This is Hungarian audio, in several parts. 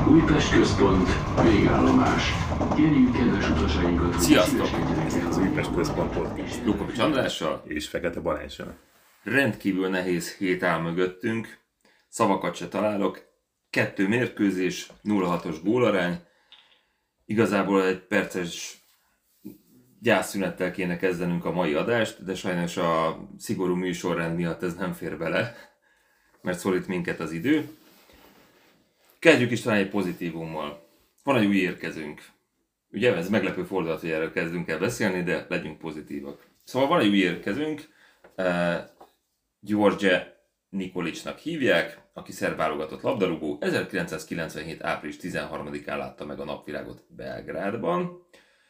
Újpest központ, végállomás. Kérjük kedves utasainkat, hogy Sziasztok! szíveskedjenek el Az Újpest Központ Podcast Lukovics Andrással. és Fekete Balázssal. Rendkívül nehéz hét áll mögöttünk. Szavakat se találok. 2 mérkőzés, 0-6-os gólarány. Igazából egy perces gyászszünettel kéne kezdenünk a mai adást, de sajnos a szigorú műsorrend miatt ez nem fér bele, mert szorít minket az idő. Kezdjük is talán egy pozitívummal. Van egy új érkezőnk. Ugye ez meglepő fordulat, hogy erről kezdünk el beszélni, de legyünk pozitívak. Szóval van egy új érkezőnk, György Nikolicsnak hívják, aki szerb válogatott labdarúgó. 1997. április 13-án látta meg a napvilágot Belgrádban,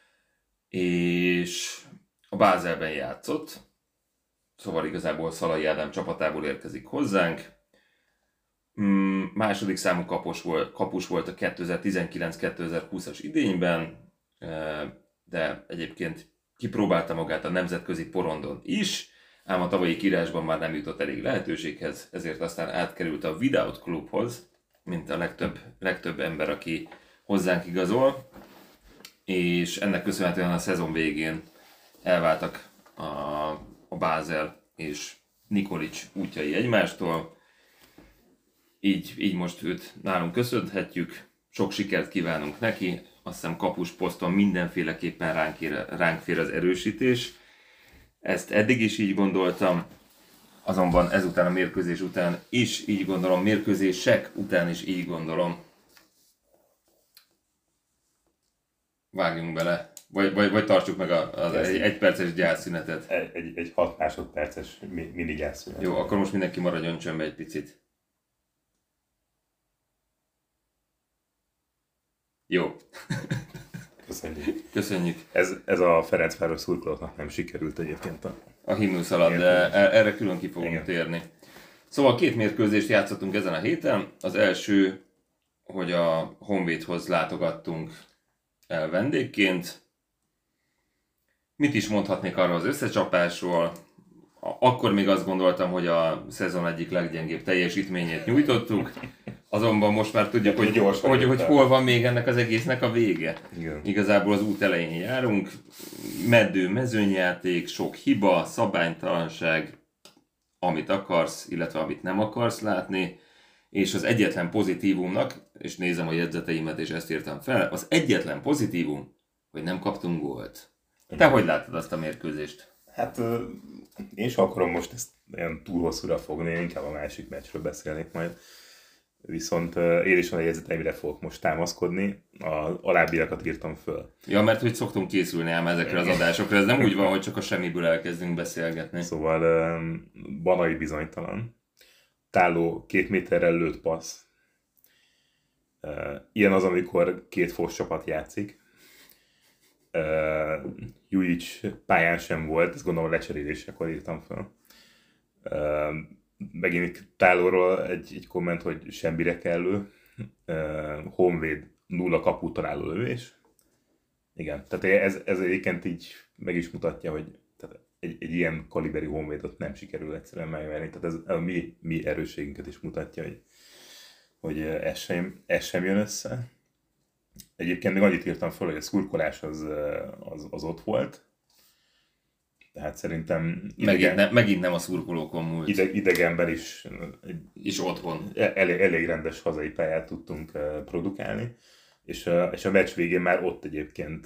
és a Bázelben játszott. Szóval igazából Szalai Ádám csapatából érkezik hozzánk. Második számú kapus volt a 2019-2020-as idényben, de egyébként kipróbálta magát a nemzetközi porondon is, ám a tavalyi kiírásban már nem jutott elég lehetőséghez, ezért aztán átkerült a Without klubhoz, mint a legtöbb ember, aki hozzánk igazol, és ennek köszönhetően a szezon végén elváltak a Bázel és Nikolics útjai egymástól. Így most őt nálunk köszönhetjük, sok sikert kívánunk neki, azt hiszem kapus poszton mindenféleképpen ránk fér az erősítés. Ezt eddig is így gondoltam, azonban ezután a mérkőzés után is így gondolom, mérkőzések után is így gondolom. Vágjunk bele, vagy tartsuk meg az egy perces gyászszünetet. Egy 6 másodperces mini gyászszünet. Jó, akkor most mindenki maradjon csöndbe egy picit. Jó. Köszönjük. Ez a Ferencváros szurkolóknak nem sikerült egyébként. A himnusz alatt, de erre külön ki fogunk térni. Szóval 2 mérkőzést játszottunk ezen a héten. Az első, hogy a Honvédhoz látogattunk el vendégként. Mit is mondhatnék arra az összecsapásról? Akkor még azt gondoltam, hogy a szezon egyik leggyengébb teljesítményét nyújtottuk. Azonban most már tudjuk, hogy hol van még ennek az egésznek a vége. Igen. Igazából az út elején járunk, meddő mezőnyjáték, sok hiba, szabálytalanság, amit akarsz, illetve amit nem akarsz látni, és az egyetlen pozitívumnak, és nézem a jegyzeteimet, és ezt írtam fel, az egyetlen pozitívum, hogy nem kaptunk gólt. Te hogy láttad azt a mérkőzést? Hát én sem akarom most ezt olyan túl hosszúra fogni, inkább a másik meccsről beszélnék majd. Viszont én is van egy jegyzeteimre fogok most támaszkodni, a alábbiakat írtam föl. Ja, mert hogy szoktunk készülni ám ezekre az adásokra, ez nem úgy van, hogy csak a semmiből elkezdünk beszélgetni. Szóval Banai bizonytalan, Táló 2 méterrel lőtt passz. Ilyen az, amikor 2 fos csapat játszik. Jujic pályán sem volt, ezt gondolom a lecserélésekor írtam fel. Megint Tálóról egy komment, hogy semmire kellő. Honvéd 0 kaput találó lövés. Igen, tehát ez egyébként így meg is mutatja, hogy tehát egy ilyen kaliberű Honvédot nem sikerül egyszerűen megverni. Tehát ez a mi erősségünket is mutatja, hogy ez sem jön össze. Egyébként még annyit írtam fel, hogy a szurkolás az ott volt. Tehát szerintem megint nem a szurkolókon múlt. Idegenben is otthon. Elég rendes hazai pályát tudtunk produkálni. És a meccs végén már ott egyébként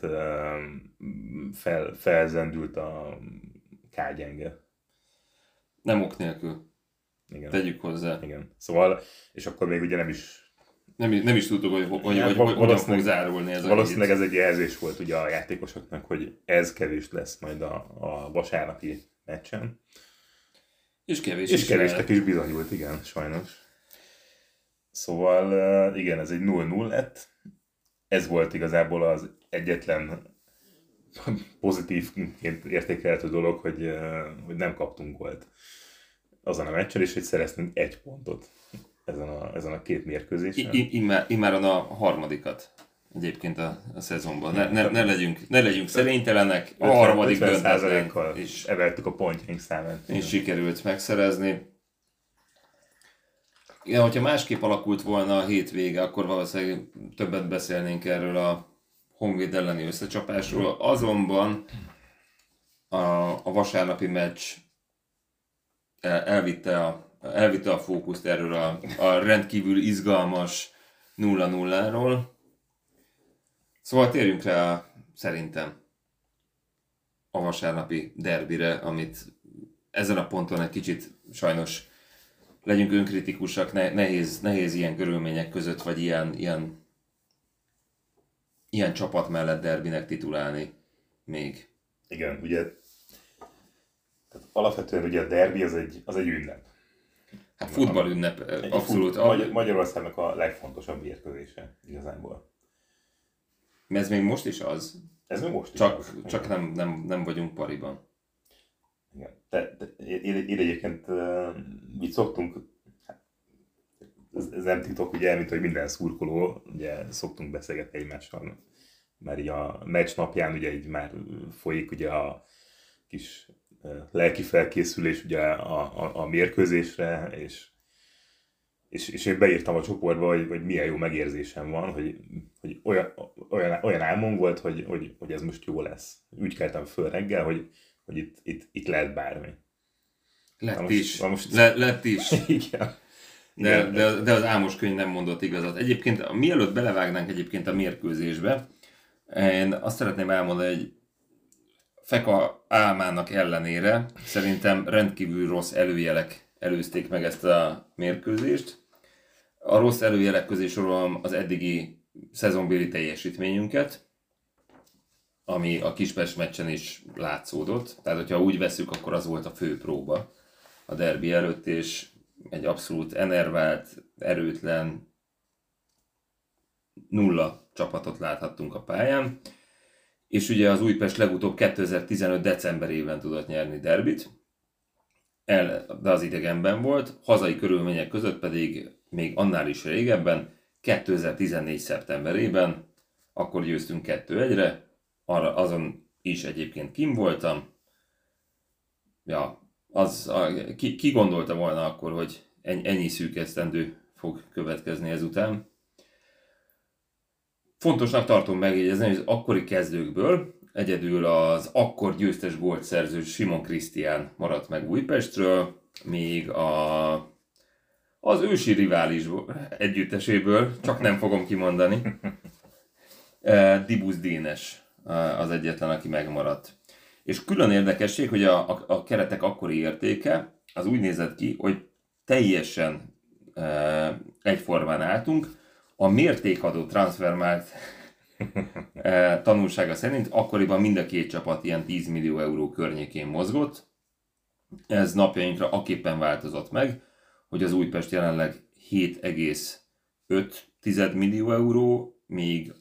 felzendült a kágyenge. Nem ok nélkül. Igen. Tegyük hozzá. Igen. Szóval, és akkor még ugye nem is tudtuk, hogy hogyan fog zárulni ez a valószínűleg ez egy jelzés volt ugye a játékosoknak, hogy ez kevés lesz majd a vasárnapi meccsen. És kevésnek is bizonyult, igen, sajnos. Szóval igen, ez egy 0-0 lett. Ez volt igazából az egyetlen pozitívként értékelhető dolog, hogy nem kaptunk gólt azon a meccsen, és hogy szereztünk 1 pontot ezen a 2 mérkőzésen. Immáron a harmadikat egyébként a szezonban. Ne legyünk szerénytelenek, a harmadik döntetlen is emeltük a pontjaink számát. És sikerült megszerezni. Igen, hogyha másképp alakult volna a hétvége, akkor valószínűleg többet beszélnénk erről a Honvéd elleni összecsapásról. Azonban a vasárnapi meccs elvitte a fókuszt erről a rendkívül izgalmas 0-0-ról. Szóval térjünk rá szerintem a vasárnapi derbire, amit ezen a ponton egy kicsit sajnos legyünk önkritikusak, nehéz ilyen körülmények között, vagy ilyen csapat mellett derbinek titulálni még. Igen, ugye tehát alapvetően ugye a derbi az egy ünnep. Hát futballünnep, abszolút. Magyarországnak a legfontosabb mérkőzése igazából. Ez még most is az. Ez még most is az. az. Csak nem vagyunk pariban. Igen. Én egyébként így szoktunk, ez nem titok, ugye, mint hogy minden szurkoló, ugye szoktunk beszélgetni egymással. Már így a meccs napján ugye így már folyik ugye a kis lelki felkészülés ugye a mérkőzésre, és én beírtam a csoportba, hogy milyen jó megérzésem van, hogy olyan álmom volt, hogy ez most jó lesz. Úgy keltem föl reggel, hogy itt lehet bármi. Lett is. Igen. De az álmos könyv nem mondott igazat. Egyébként, mielőtt belevágnánk egyébként a mérkőzésbe, én azt szeretném elmondani, hogy Feka álmának ellenére szerintem rendkívül rossz előjelek előzték meg ezt a mérkőzést. A rossz előjelek közé sorolom az eddigi szezonbéli teljesítményünket, ami a Kispest meccsen is látszódott. Tehát, hogyha úgy veszük, akkor az volt a fő próba a derbi előtt, és egy abszolút enervált, erőtlen, nulla csapatot láthattunk a pályán. És ugye az Újpest legutóbb 2015. decemberében tudott nyerni derbit, de az idegenben volt, hazai körülmények között pedig még annál is régebben, 2014. szeptemberében, akkor győztünk 2-1-re, azon is egyébként kim voltam. Ja, ki gondolta volna akkor, hogy ennyi szűk esztendő fog következni ezután. Fontosnak tartom megjegyezni, hogy az akkori kezdőkből egyedül az akkor győztes gólt szerző Simon Krisztián maradt meg Újpestről, míg az ősi rivális együtteséből, csak nem fogom kimondani, Dibusz Dénes az egyetlen, aki megmaradt. És külön érdekesség, hogy a keretek akkori értéke az úgy nézett ki, hogy teljesen egyformán álltunk. A mértékadó Transfermarkt tanulsága szerint akkoriban mind a két csapat ilyen 10 millió euró környékén mozgott. Ez napjainkra aképpen változott meg, hogy az Újpest jelenleg 7,5 millió euró, míg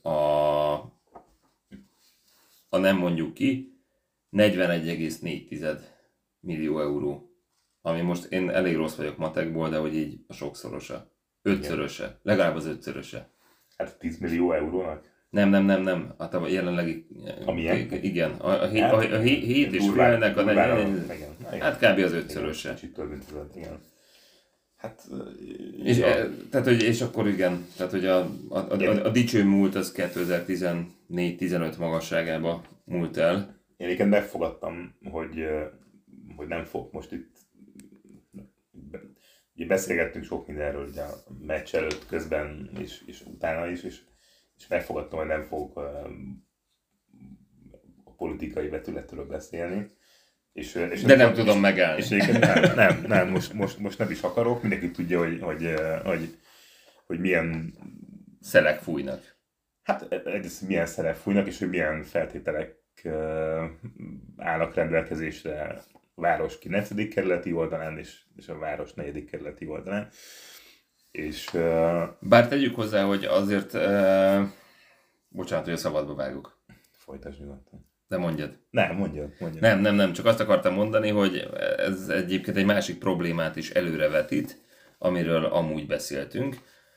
a nem mondjuk ki 41,4 millió euró. Ami most én elég rossz vagyok matekból, de hogy így a sokszorosa. Ötszöröse. Legalább az ötszöröse. Hát 10 millió eurónak? Nem. Hát a jelenlegi... Amilyen? Igen. A 7,5-nek a 4... Hát kb. Az ötszöröse. Kicsit több, mint az, igen. Hát... És akkor igen. Tehát, hogy a dicső múlt az 2014-15 magasságába múlt el. Én egyébként megfogadtam, hogy nem fog most itt... Ugye beszélgettünk sok mindenről ugye a meccs előtt, közben és utána is, és megfogadtam, hogy nem fogok a politikai vetületről beszélni. De nem tudom megállni. És nem, most nem is akarok, mindenki tudja, hogy milyen... szelek fújnak. Hát egyrészt milyen szelek fújnak, és hogy milyen feltételek állnak rendelkezésre a város 9. kerületi oldalán, és a város 4. kerületi oldalán. És, bár tegyük hozzá, hogy azért... bocsánat, hogy a szabadba vágok. Folytasd nyugodtan. De mondjad. Nem, mondjad. Nem, csak azt akartam mondani, hogy ez egyébként egy másik problémát is előrevetít, amiről amúgy beszéltünk,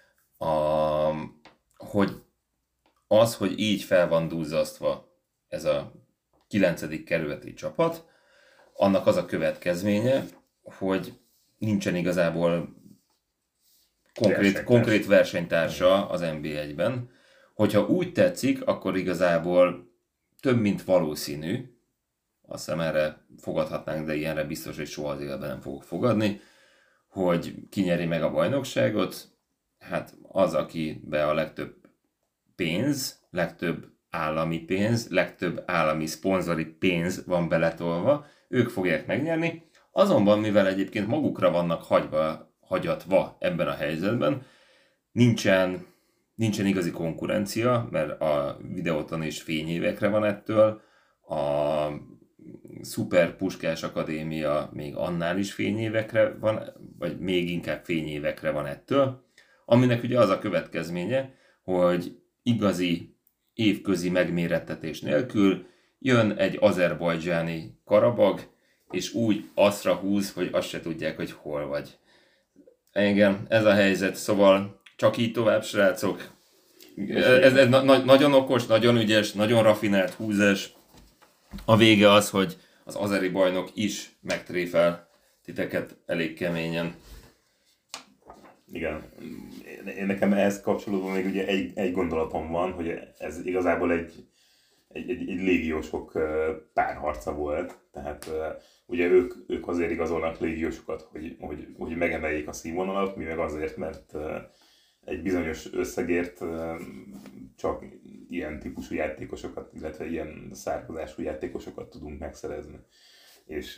hogy így fel van duzzasztva ez a 9. kerületi csapat, annak az a következménye, hogy nincsen igazából konkrét versenytársa az NB1-ben. Hogyha úgy tetszik, akkor igazából több mint valószínű, azt hiszem erre fogadhatnánk, de ilyenre biztos, hogy soha az életben nem fogok fogadni, hogy kinyeri meg a bajnokságot, hát az, akibe a legtöbb pénz, legtöbb állami pénz, legtöbb állami szponzori pénz van beletolva, ők fogják megnyerni. Azonban, mivel egyébként magukra vannak hagyatva ebben a helyzetben, nincsen igazi konkurencia, mert a Videoton is fényévekre van ettől, a Szuper Puskás Akadémia még annál is fényévekre van, vagy még inkább fényévekre van ettől, aminek ugye az a következménye, hogy igazi évközi megmérettetés nélkül jön egy azerbajdzsáni Karabag, és úgy aszra húz, hogy azt se tudják, hogy hol vagy. Igen, ez a helyzet, szóval csak így tovább, srácok. Ez nagyon okos, nagyon ügyes, nagyon raffinált húzás. A vége az, hogy az azeri bajnok is megtréfel titeket elég keményen. Igen. Nekem ehhez kapcsolódva még ugye egy gondolatom van, hogy ez igazából egy légiósok párharca volt. Tehát ugye ők azért igazolnak légiósokat, hogy megemeljék a színvonalat, mi meg azért, mert egy bizonyos összegért csak ilyen típusú játékosokat, illetve ilyen származású játékosokat tudunk megszerezni. És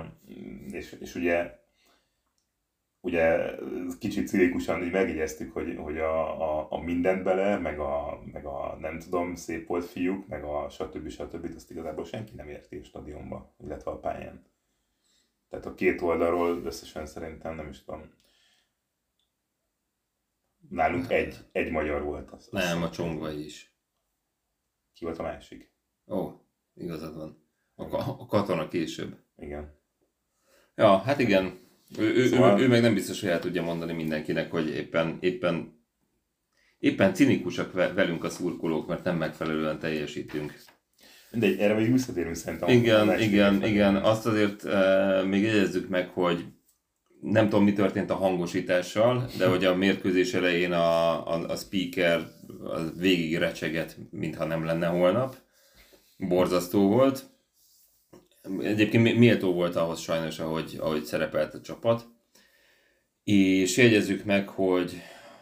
ugye kicsit cinikusan így megjegyeztük, hogy a mindent bele, meg a nem tudom, szép volt fiúk, meg a stb. Azt igazából senki nem érti a stadionba, illetve a pályán. Tehát a két oldalról összesen szerintem nem is tudom. Nálunk egy magyar volt. Nem, a Csongvai is. Ki volt a másik? Ó, igazad van. A Katona később. Igen. Ja, hát igen. Szóval... Ő meg nem biztos, hogy el tudja mondani mindenkinek, hogy éppen cinikusak velünk a szurkolók, mert nem megfelelően teljesítünk. Mindegy, erre még visszatérünk szerintem. Igen. Azt azért még jegyezzük meg, hogy nem tudom, mi történt a hangosítással, de hogy a mérkőzés elején a speaker az végig recseget, mintha nem lenne holnap. Borzasztó volt. Egyébként méltó volt ahhoz sajnos, ahogy szerepelt a csapat. És jegyezzük meg, hogy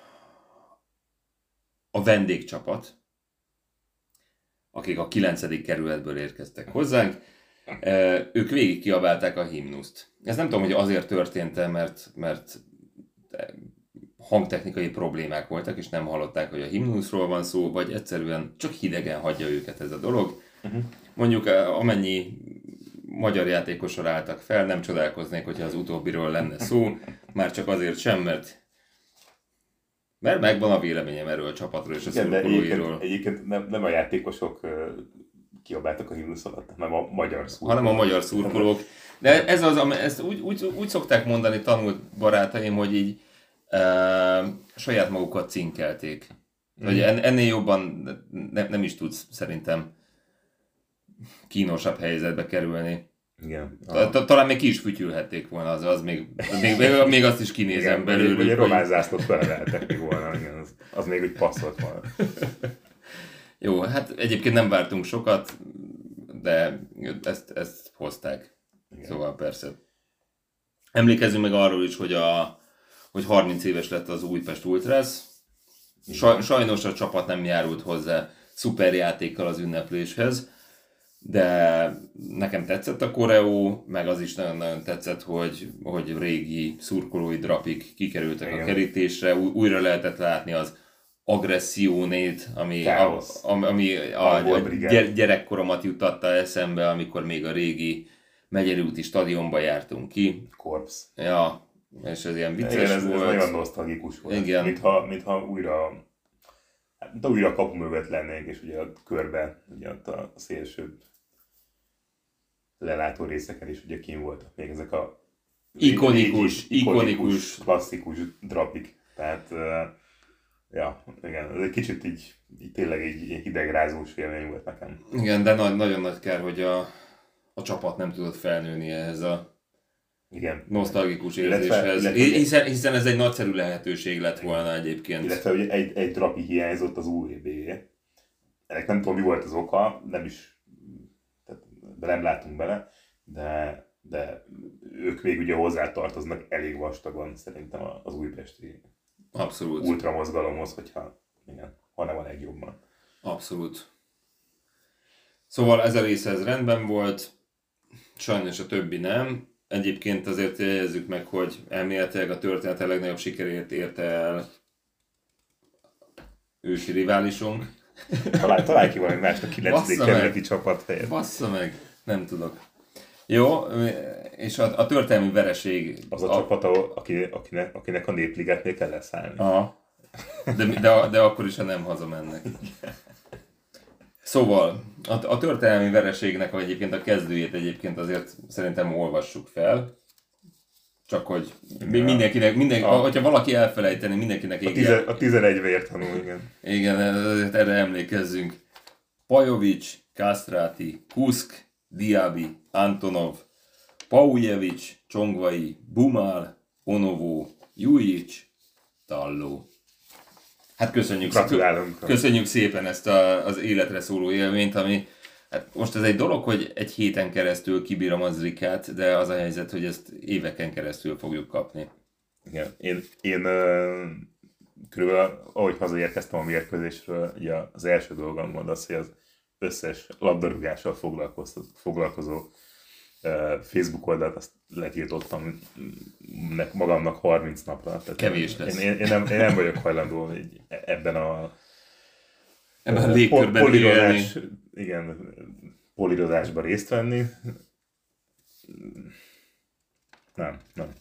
a vendégcsapat, akik a 9. kerületből érkeztek hozzánk, ők végig kiabálták a himnuszt. Ez nem tudom, hogy azért történt-e, mert hangtechnikai problémák voltak, és nem hallották, hogy a himnuszról van szó, vagy egyszerűen csak hidegen hagyja őket ez a dolog. Mondjuk amennyi magyar játékosra álltak fel, nem csodálkoznék, hogyha az utóbbiról lenne szó, már csak azért sem, mert megvan a véleményem erről a csapatról és a szurkolóiról. Egyébként nem a játékosok kiabáltak a himnusz alatt, hanem a magyar szurkolók. Hanem a magyar szurkolók. De ezt úgy szokták mondani tanult barátaim, hogy így saját magukat cinkelték. Hogy ennél jobban nem is tudsz szerintem kínosabb helyzetbe kerülni. Igen. Talán még ki is fütyülhették volna, az még azt is kinézem belőlük. Vagy egy román zászlót feleleltek még volna, igen, az még úgy passzolt volna. Jó, hát egyébként nem vártunk sokat, de ezt hozták. Igen. Szóval persze. Emlékezzünk meg arról is, hogy 30 éves lett az Újpest Ultrász. Sajnos a csapat nem járult hozzá szuperjátékkal az ünnepléshez, de nekem tetszett a koreó, meg az is nagyon-nagyon tetszett, hogy régi szurkolói drapik kikerültek igen. a kerítésre, újra lehetett látni az agressziónét, ami a gyerekkoromat jutatta eszembe, amikor még a régi Megyeri úti stadionba jártunk ki. Korpsz. Ja, és ez ilyen vicces igen, volt. Ez nagyon nosztalgikus volt. Igen. Mintha újra kapu mögött lennénk, és ugye a körben, ugye a szélsőbb lelátó részeken is ugye kín voltak még ezek a ikonikus, klasszikus drapik. Tehát, ja, igen, ez egy kicsit így tényleg egy hidegrázós élmény volt nekem. Igen, de nagyon nagy kár, hogy a csapat nem tudott felnőni ehhez a Igen. Nosztalgikus érzéshez. Hiszen ez egy nagyszerű lehetőség lett volna egyébként. Illetve hogy egy drapi hiányzott az UEB-je. Ennek nem tudom, mi volt az oka, nem is, tehát nem látunk bele, de ők még ugye hozzátartoznak elég vastagon szerintem az újpesti abszolút ultramozgalomhoz, hanem a legjobban. Abszolút. Szóval ez a része ez rendben volt, sajnos a többi nem. Egyébként azért jegyezzük meg, hogy elméletileg a történet legnagyobb sikerét érte el ősi riválisunk. Találj ki valami másnak 9. kerületi csapat helyett. Bassza meg, nem tudok. Jó, és a történelmi vereség... Az a csapat, akinek a Népligetnél kell leszállni. Aha. De akkor is, ha nem hazamennek. Szóval, a történelmi vereségnek egyébként a kezdőjét egyébként azért szerintem olvassuk fel. Csak hogy hogyha valaki elfelejteni, mindenkinek égjen. A 11 vértanú, igen. Igen, erre emlékezzünk. Pajovics, Kastráti, Kuszk, Diaby, Antonov, Paujevics, Csongvai, Bumál, Onovó, Jujic, Talló. Hát köszönjük szépen ezt az életre szóló élményt, ami hát most ez egy dolog, hogy egy héten keresztül kibírom az Rikát, de az a helyzet, hogy ezt éveken keresztül fogjuk kapni. Igen, én körülbelül ahogy hazaérkeztem a mérkőzésről, ugye az első dolgom volt az, hogy az összes labdarúgással foglalkozó Facebook oldalt azt letiltottam magamnak 30 napra. Tehát kevés lesz. Én nem vagyok hajlandó ebben a légkörben polírozásban részt venni. Nem.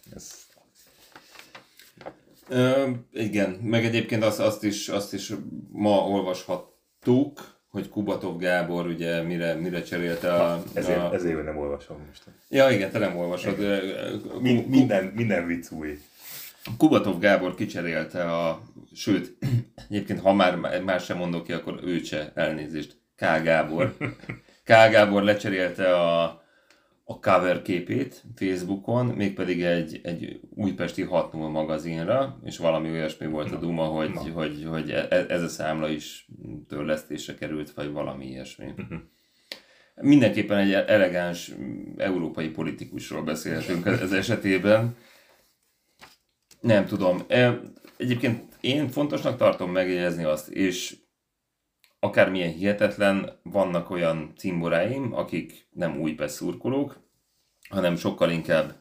Igen, meg egyébként azt is ma olvashattuk, hogy Kubatov Gábor ugye mire cserélte ezért nem olvasom most. Ja igen, te nem olvasod. Minden vicc új. Kubatov Gábor kicserélte sőt, egyébként ha már más sem mondok ki, akkor őt se, elnézést. K. Gábor. K. Gábor lecserélte a cover képét Facebookon, mégpedig egy újpesti 6-0 magazinra, és valami olyasmi volt a duma, hogy ez a számla is törlesztésre került, vagy valami ilyesmi. Mindenképpen egy elegáns európai politikusról beszélhetünk ez esetében. Nem tudom. Egyébként én fontosnak tartom megjegyezni azt, és akármilyen hihetetlen, vannak olyan cimboráim, akik nem Újpest szurkolók, hanem sokkal inkább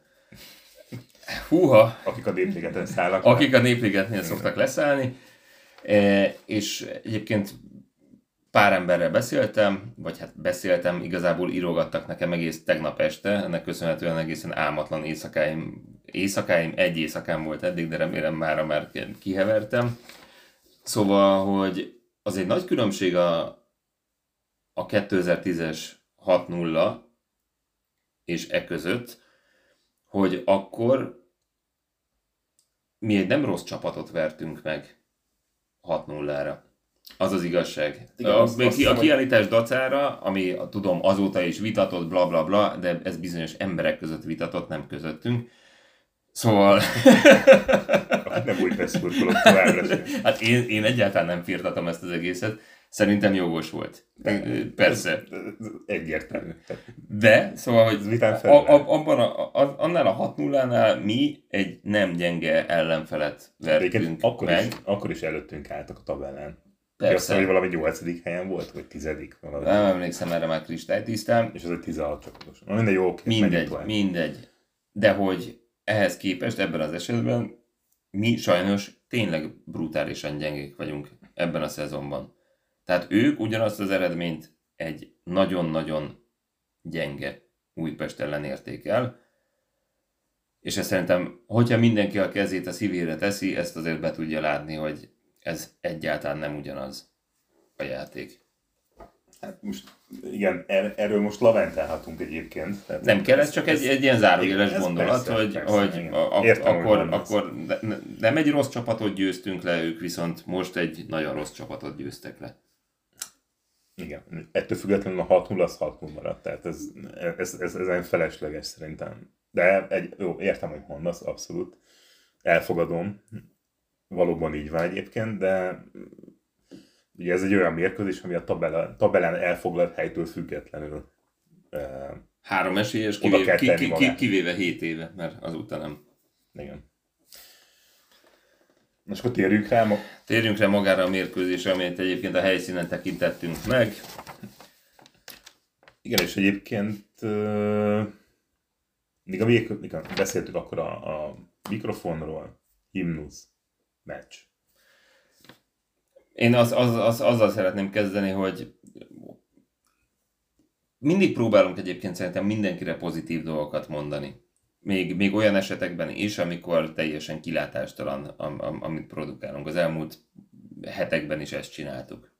akik a Népligeten szállnak. Akik a Népligetnél szoktak leszállni, és egyébként pár emberrel beszéltem, igazából írogattak nekem egész tegnap este, ennek köszönhetően egészen álmatlan éjszakáim, egy éjszakám volt eddig, de remélem már kihevertem. Szóval, hogy az egy nagy különbség a 2010-es 6-0 és között, hogy akkor mi egy nem rossz csapatot vertünk meg 6-0-ra. Az az igazság. A kiállítás dacára, ami tudom azóta is vitatott, bla bla bla, de ez bizonyos emberek között vitatott, nem közöttünk. Szóval... nem úgy beszúrkolok továbbra. Hát én egyáltalán nem firtatom ezt az egészet. Szerintem jogos volt. Persze. Egyértelmű. De, szóval, hogy annál a 6-0-nál mi egy nem gyenge ellenfelet vertünk meg. Akkor is előttünk álltak a tabellán. Persze. Azt mondom, hogy valami 8. helyen volt, vagy 10. Nem emlékszem erre már kristálytisztán. És ez egy 16 csapatos. Mindegy. De hogy ehhez képest ebben az esetben mi sajnos tényleg brutálisan gyengék vagyunk ebben a szezonban. Tehát ők ugyanazt az eredményt egy nagyon-nagyon gyenge Újpest ellen érték el, és ezt szerintem, hogyha mindenki a kezét a szívére teszi, ezt azért be tudja látni, hogy ez egyáltalán nem ugyanaz a játék. Hát most, igen, erről most lamentálhatunk egyébként. Tehát nem kell, ez csak egy ilyen zárójeles gondolat, hogy akkor nem egy rossz csapatot győztünk le, ők viszont most egy nagyon rossz csapatot győztek le. Igen. Ettől függetlenül a 6-0 az 6-0 maradt, tehát ez felesleges szerintem. De jó, értem, hogy mondasz, abszolút. Elfogadom. Valóban így van egyébként, de ugye ez egy olyan mérkőzés, ami a tabellán elfoglalt helytől függetlenül 3 esélyes, oda kell tenni magát. kivéve 7 éve, mert azóta nem. Igen. Most akkor térjünk rá magára a mérkőzésre, amit egyébként a helyszínen tekintettünk meg. Igen, és egyébként még beszéltük akkor a mikrofonról, himnusz, meccs. Én azzal szeretném kezdeni, hogy mindig próbálunk egyébként szerintem mindenkire pozitív dolgokat mondani. Még olyan esetekben is, amikor teljesen kilátástalan, amit produkálunk. Az elmúlt hetekben is ezt csináltuk.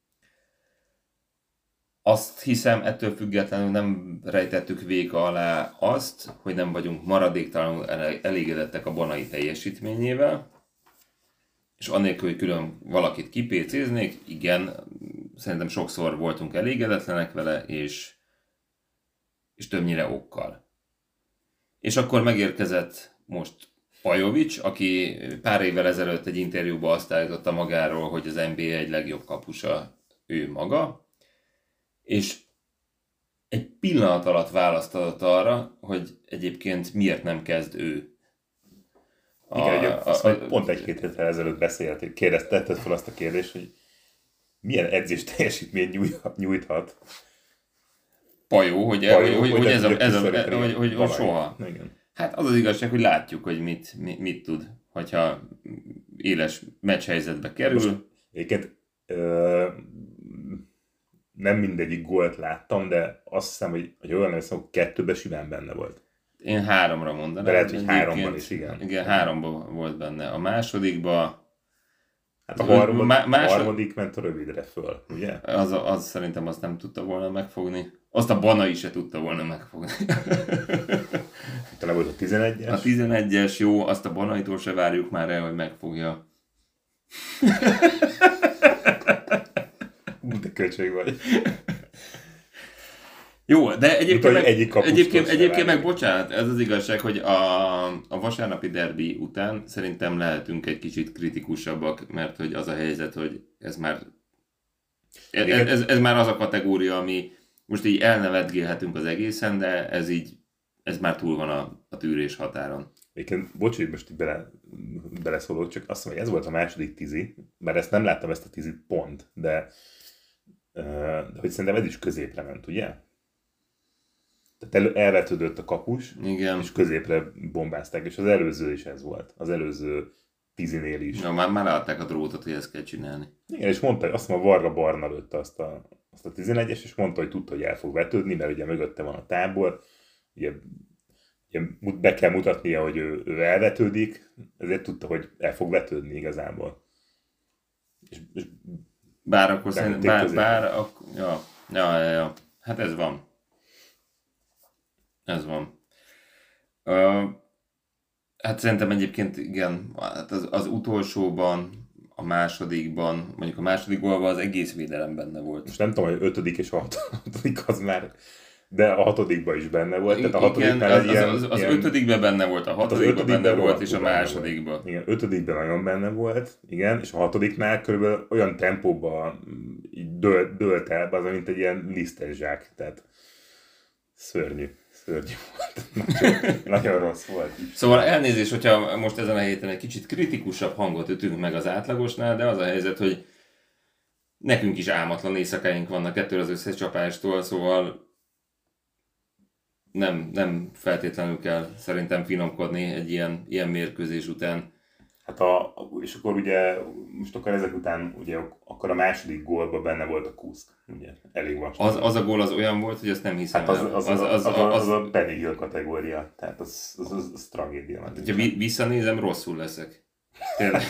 Azt hiszem, ettől függetlenül nem rejtettük véka alá azt, hogy nem vagyunk maradéktalanul elégedettek a Banai teljesítményével, és annélkül, hogy külön valakit kipécéznék, igen, szerintem sokszor voltunk elégedetlenek vele, és többnyire okkal. És akkor megérkezett most Pajovics, aki pár évvel ezelőtt egy interjúban azt állította magáról, hogy az NBA egy legjobb kapusa ő maga, és egy pillanat alatt választ adott arra, hogy egyébként miért nem kezd ő. Igen, pont egy-két héttel ezelőtt beszéltük, tetted fel azt a kérdést, hogy milyen edzés teljesítményt nyújthat Pajó, hogy soha. Igen. Hát az igazság, hogy látjuk, hogy mit tud, hogyha éles meccshelyzetbe kerül. Egyébként nem mindegyik gólt láttam, de azt hiszem, hogy olyan nem hiszem, hogy 2-ben simán benne volt. Én 3-ra mondanám. De lehet, hogy 3-ban is, igen. Igen, 3-ban volt benne. A másodikban... Hát a harmadik ment a rövidre föl, ugye? Az szerintem azt nem tudta volna megfogni. Azt a Banai se tudta volna megfogni. Talán volt a 11-es. A 11-es, jó, azt a Banaitól se várjuk már el, hogy megfogja. De köcsög vagy. Jó, de egyébként meg bocsánat, ez az igazság, hogy a vasárnapi derbi után szerintem lehetünk egy kicsit kritikusabbak, mert hogy az a helyzet, hogy ez már ez már az a kategória, ami most így elnevetgélhetünk az egészen, de ez már túl van a tűrés határon. Egyébként, bocs, hogy most beleszólok, csak azt mondom, hogy ez volt a második tizi, mert ezt nem láttam, ezt a 10 pont, de hogy szerintem ez is középre ment, ugye? Tehát elvetődött a kapus, igen. És középre bombázták, és az előző is ez volt. Az előző 10-nél is. Ja, már leadták a drótot, hogy ezt kell csinálni. Igen, és mondta, azt mondja, Varga Barna lőtte azt a 11-es, és mondta, hogy tudta, hogy el fog vetődni, mert ugye mögötte van a tábor, ugye be kell mutatnia, hogy ő elvetődik, ezért tudta, hogy el fog vetődni igazából. És bár akkor szerintem, ja. Hát ez van. Ez van. Hát szerintem egyébként igen, hát az utolsóban, a másodikban, mondjuk a második gólban az egész védelem benne volt. Most nem tudom, hogy 5. és a 6. az már, de a 6. is benne volt. Tehát a 6. Az 5. benne volt, a 6. benne volt, és a másodikban. Igen, 5. nagyon benne volt, igen, és a 6. körülbelül olyan tempóban így dőlt el, az mint egy ilyen lisztes zsák, tehát szörnyű volt. Nagyon rossz volt. Szóval elnézést, hogyha most ezen a héten egy kicsit kritikusabb hangot ütünk meg az átlagosnál, de az a helyzet, hogy nekünk is álmatlan éjszakáink vannak ettől az összecsapástól, szóval nem feltétlenül kell szerintem finomkodni egy ilyen mérkőzés után. Hát és akkor ugye, most akkor ezek után, ugye, akkor a második gólban benne volt a Kuszk, ugye, elég vastag. Az a gól az olyan volt, hogy azt nem hiszem hát az a Benny Hill kategória, tehát az tragédia. Ha visszanézem, rosszul leszek. Tényleg.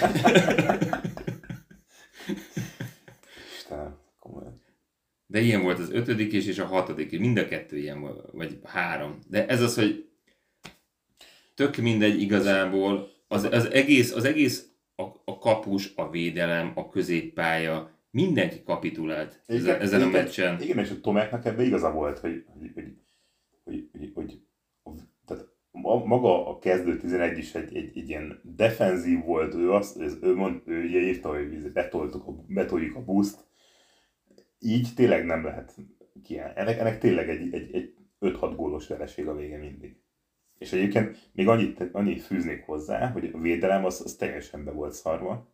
Istenem, komolyan. De ilyen volt az 5. és a 6. Mind a 2 ilyen volt, vagy 3. De ez az, hogy tök mindegy igazából, az egész a kapus, a védelem, a középpálya mindenki kapitulált ezen a meccsen. Igen, és a Tomáknak ebben igaza volt, hogy tehát maga a kezdő 11 is egy ilyen defenzív volt, ő ugye írta, hogy betoljuk a buszt, így tényleg nem lehet kiállni. Ennek tényleg egy 5-6 gólos vereség a vége mindig. És egyébként még annyit fűznék hozzá, hogy a védelem az teljesen be volt szarva.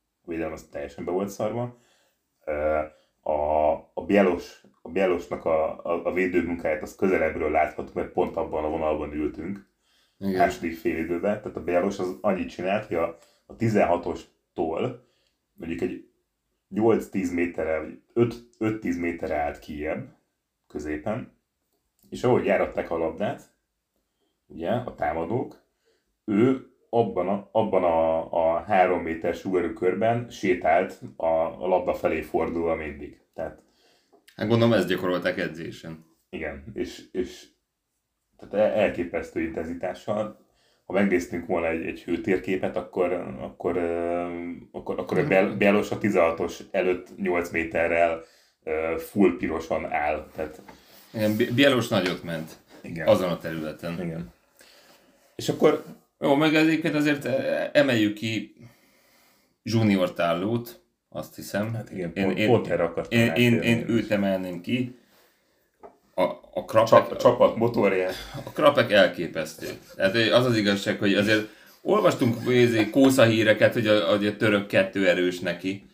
A Bielosnak a védőmunkáját az közelebbről látható, mert pont abban a vonalban ültünk. Igen. Második fél időben. Tehát a Bielos az annyit csinált, hogy a 16-ostól mondjuk egy 8-10 méterre, vagy 5-10 méterre állt kijebb, középen, és ahogy járatták a labdát, ugye, a támadók, ő abban a 3 méter sugarőkörben sétált a labda felé fordulva mindig. Tehát, hát gondolom ezt gyakorolták edzésen. Igen, és tehát elképesztő intenzitással. Ha megnéztünk volna egy hőtérképet, akkor a Bielos a 16-os előtt 8 méterrel full pirosan áll. Tehát... Igen, Bielos nagyot ment. Igen. Azon a területen. Igen. És akkor... Jó, meg egyébként azért emeljük ki Junior Tallót, azt hiszem. Hát igen, pont erre akartam én őt emelném ki. A csapat motorját. A Krapek elképesztő. Tehát az igazság, hogy azért olvastunk kósza híreket, hogy a török 2 erős neki.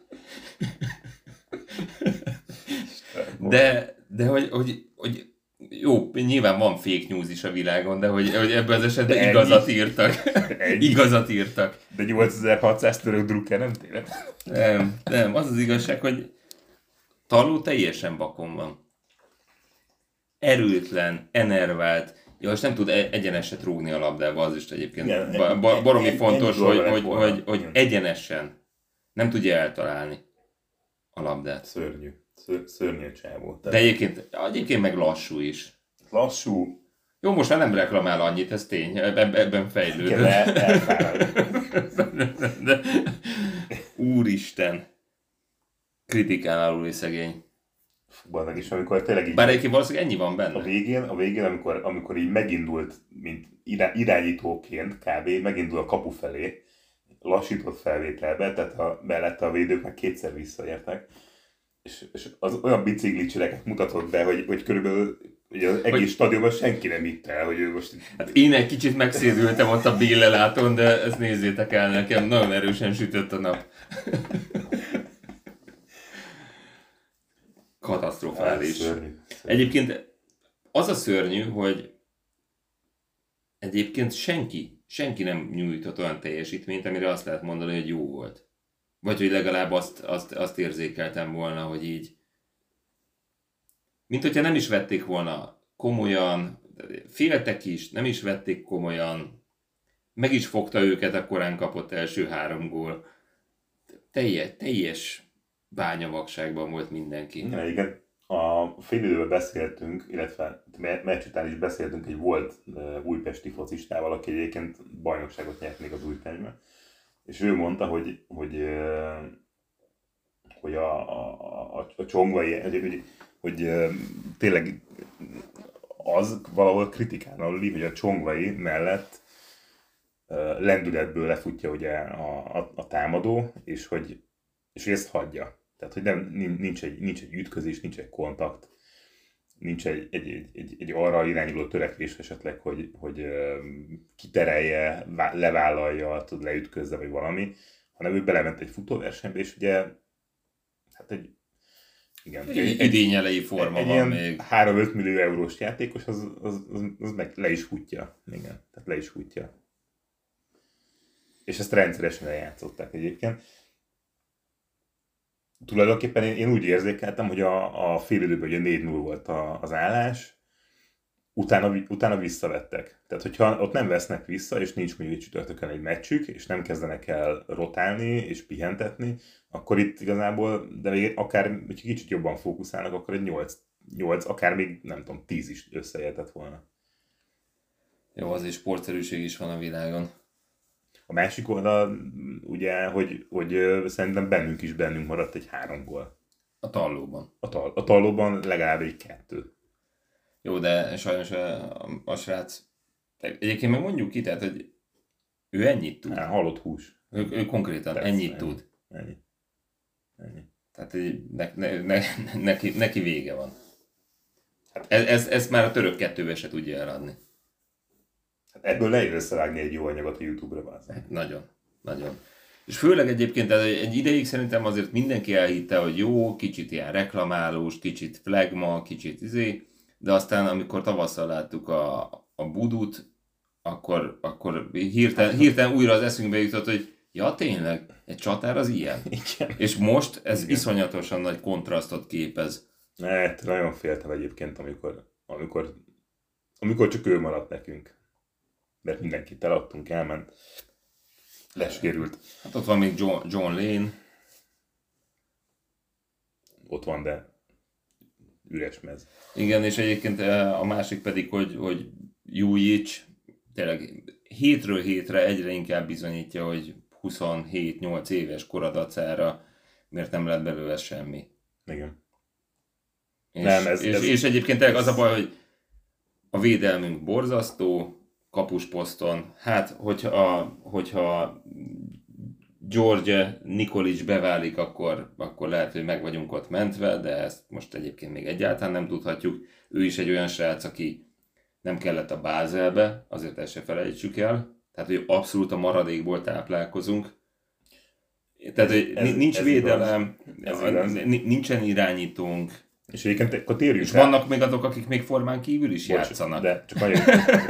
De hogy jó, nyilván van fake news is a világon, de hogy ebben az esetben igazat írtak. De 8600 török drukker nem téved? Nem, az igazság, hogy Talló teljesen bakon van. Erőtlen, enervált, és nem tud egyeneset rúgni a labdába, az is egyébként baromi fontos, hogy egyenesen nem tudja eltalálni a labdát. Szörnyű csávó. De egyébként meg lassú is. Lassú. Jó, most már nem reklamál annyit, ez tény, ebben fejlődött. De úristen, kritikán aluli szegény. Bazdmeg is, amikor tényleg így... Bár egyébként valószínűleg ennyi van benne. A végén amikor így megindult, mint irányítóként kb. Megindul a kapu felé, lassított felvételbe, tehát mellette a védők meg kétszer visszaértek. És az olyan biciklicseleket mutatott be, hogy körülbelül ugye az egész stadionban senki nem hitte el, hogy ő most... Hát én egy kicsit megszédültem ott a billeláton, de ezt nézzétek el nekem, nagyon erősen sütött a nap. Katasztrofális. Egyébként az a szörnyű, hogy egyébként senki nem nyújtott olyan teljesítményt, amire azt lehet mondani, hogy jó volt. Vagy hogy legalább azt érzékeltem volna, hogy így... Mint hogyha nem is vették volna komolyan, féltek is, nem is vették komolyan, meg is fogta őket a korán kapott első 3 gól. Teljes bányavagságban volt mindenki. Igen, a félidőben beszéltünk, illetve meccs után is beszéltünk egy volt újpesti focistával, aki egyébként bajnokságot nyert még az Újpestben. És ő mondta, hogy a Csongvai, hogy tényleg az valahol kritikán aluli, hogy a Csongvai mellett lendületből lefutja ugye a támadó, és hogy ezt hagyja. Tehát, hogy nincs egy ütközés, nincs egy kontakt, nincs egy arra irányuló törekvés esetleg, hogy kiterelje, levállalja, leütközze, vagy valami, hanem ő belement egy futóversenybe, és ugye hát egy idény elejé forma van még. 3-5 millió eurós játékos, az meg le is futja. Igen, tehát le is futja. És ezt rendszeresen eljátszották egyébként. Tulajdonképpen én úgy érzékeltem, hogy a félidőben ugye 4-0 volt az állás, utána visszavettek. Tehát, hogyha ott nem vesznek vissza, és nincs mondjuk csütörtökön egy meccsük, és nem kezdenek el rotálni és pihentetni, akkor itt igazából, de még akár, hogyha kicsit jobban fókuszálnak, akkor egy 8, akár még nem tudom, 10 is összejöhetett volna. Jó, azért sportszerűség is van a világon. A másik oldal, ugye, hogy szerintem bennünk maradt egy 3 gól. A Tallóban. A Tallóban legalább egy 2. Jó, de sajnos a srác... Egyébként meg mondjuk ki, tehát, hogy ő ennyit tud. Halott hús. Ő konkrétan Persze, ennyit ennyi. tud. Ennyi. Tehát neki vége van. Ezt már a török 2-be se tudja eladni. Hát ebből nehéz összevágni egy jó anyagot a YouTube-ra. Bázani. Nagyon. Nagyon. És főleg egyébként egy ideig szerintem azért mindenki elhitte, hogy jó, kicsit ilyen reklamálós, kicsit flagma, kicsit de aztán amikor tavasszal láttuk a Budut, akkor hirtelen újra az eszünkbe jutott, hogy ja tényleg, egy csatár az ilyen. Igen. És most ez Igen. iszonyatosan nagy kontrasztot képez. Hát, nagyon féltem egyébként, amikor csak ő maradt nekünk. Mert mindenkit eladtunk, elment. Lesérült. Hát ott van még John Lane. Ott van, de üres mez. Igen, és egyébként a másik pedig, hogy Jujic tényleg hétről hétre egyre inkább bizonyítja, hogy 27-8 éves koradacára miért nem lett belőle semmi. Igen. És egyébként tényleg az a baj, hogy a védelmünk borzasztó, kapusposzton, hát hogyha George Nikolic beválik, akkor lehet, hogy meg vagyunk ott mentve, de ezt most egyébként még egyáltalán nem tudhatjuk. Ő is egy olyan srác, aki nem kellett a Bázelbe, azért ezt se felejtsük el. Tehát, hogy abszolút a maradékból táplálkozunk. Tehát, hogy nincs védelem, nincsen irányítónk. És egyébként akkor térjünk és vannak még azok, akik még formán kívül is játszanak. De csak annyit.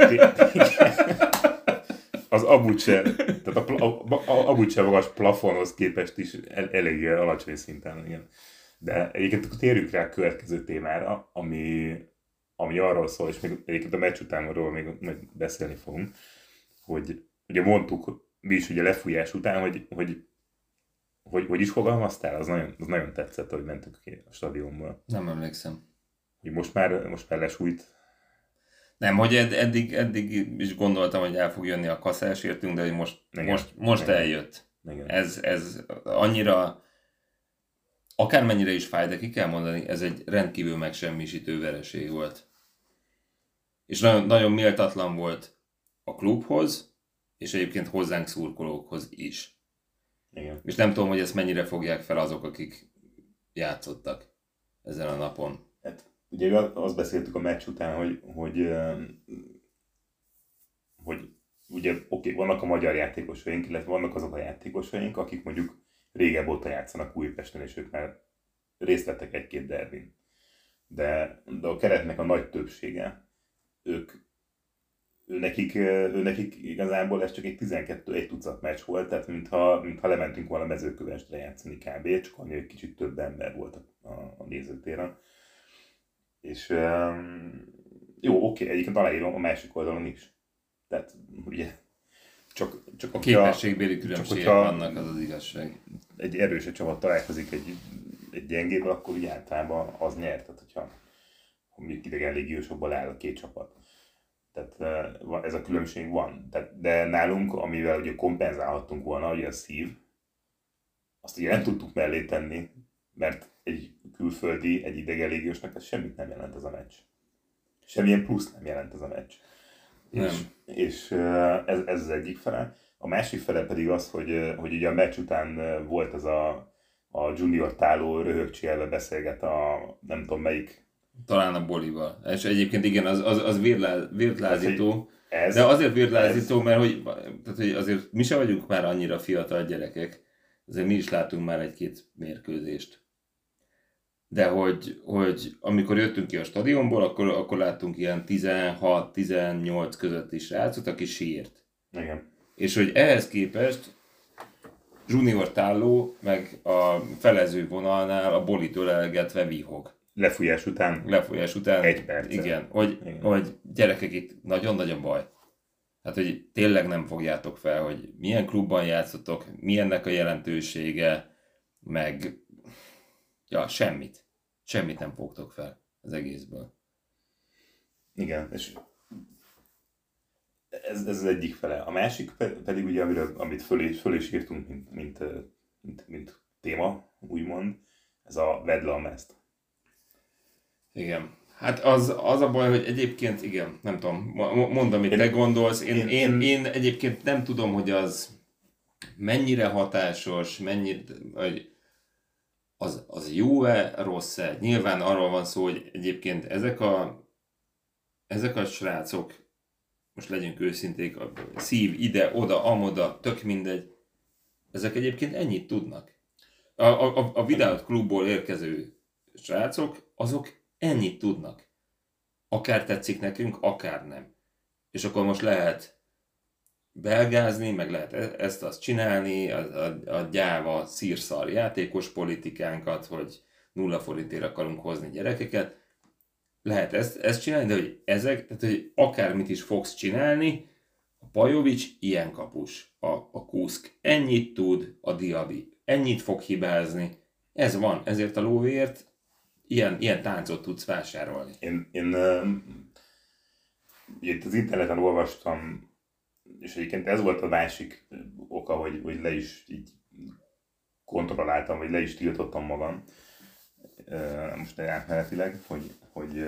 Az Abuche, tehát a Abuche magas plafonhoz képest is elég alacsony szinten, igen. De egyébként akkor térjünk rá a következő témára, ami arról szól, és még egyébként a meccs utánról még beszélni fogunk, hogy ugye mondtuk mi is ugye lefújás után, hogy is fogalmaztál? Az nagyon tetszett, hogy mentünk ki a stadionból. Nem emlékszem. Hogy most már lesújt. Nem, hogy eddig is gondoltam, hogy el fog jönni a kaszás értünk, de hogy most eljött. Igen. Ez annyira, akármennyire is fáj, de ki kell mondani, ez egy rendkívül megsemmisítő vereség volt. És nagyon, nagyon méltatlan volt a klubhoz, és egyébként hozzánk szurkolókhoz is. Igen. És nem tudom, hogy ezt mennyire fogják fel azok, akik játszottak ezen a napon. Hát, ugye azt beszéltük a meccs után, hogy ugye oké, vannak a magyar játékosaink, illetve vannak azok a játékosaink, akik mondjuk régebb óta játszanak Újpesten, és ők már részt vettek egy-két derbin. De a keretnek a nagy többsége, ő nekik igazából ez csak egy 12 tucat meccs volt, tehát mintha lementünk volna Mezőkövesdre játszani kb. Csak annyi, hogy kicsit több ember volt a nézőtéren. És jó, oké, egyébként aláírom a másik oldalon is. Tehát ugye csak a képességbéli különbségek vannak, az az igazság. Egy erős csapat találkozik egy gyengével, akkor úgy általában az nyert. Tehát hogyha mondjuk idegen légiósokból áll a két csapat. Tehát ez a különbség van. De nálunk, amivel ugye kompenzálhattunk volna, ugye a szív, azt ugye nem tudtuk mellé tenni, mert egy külföldi, egy idegen légiósnak ez semmit nem jelent ez a meccs. Semmilyen plusz nem jelent ez a meccs. És ez az egyik fele. A másik fele pedig az, hogy ugye a meccs után volt ez a Junior Táló röhögcsélve beszélget a nem tudom melyik. Talán a Bolival. És egyébként igen, az vértlázító. De azért vértlázító, mert hogy azért mi sem vagyunk már annyira fiatal gyerekek. Azért mi is látunk már egy-két mérkőzést. De hogy amikor jöttünk ki a stadionból, akkor láttunk ilyen 16-18 közötti srácot, aki sírt. Igen. És hogy ehhez képest Junior Táló meg a felező vonalnál a Bolit ölelgetve vihog. Lefújás után. Egy perc. Igen, hogy gyerekek, itt nagyon-nagyon baj. Hát, hogy tényleg nem fogjátok fel, hogy milyen klubban játszotok, milyennek a jelentősége, meg semmit. Semmit nem fogtok fel az egészből. Igen, és ez az egyik fele. A másik pedig ugye, amit föl is írtunk, mint téma, úgymond, ez a vedd le a mezt. Igen. Hát az a baj, hogy egyébként, igen, nem tudom, mondd, amit te gondolsz. Én egyébként nem tudom, hogy az mennyire hatásos, vagy az jó-e, rossz-e. Nyilván arról van szó, hogy egyébként ezek a srácok, most legyünk őszinték, a szív ide, oda, amoda, tök mindegy, ezek egyébként ennyit tudnak. A Videout klubból érkező srácok, azok ennyit tudnak. Akár tetszik nekünk, akár nem. És akkor most lehet belgázni, meg lehet ezt-azt csinálni, a gyáva szírszar játékos politikánkat, hogy 0 forintért akarunk hozni gyerekeket. Lehet ezt csinálni, de hogy tehát hogy akármit is fogsz csinálni, a Pajovics ilyen kapus, a Kuszk ennyit tud, a Diaby ennyit fog hibázni. Ez van, ezért a lóvéért ilyen táncot tudsz vásárolni. Én itt az interneten olvastam, és egyébként ez volt a másik oka, hogy le is így kontrolláltam, vagy le is tiltottam magam. Most átmenetileg, hogy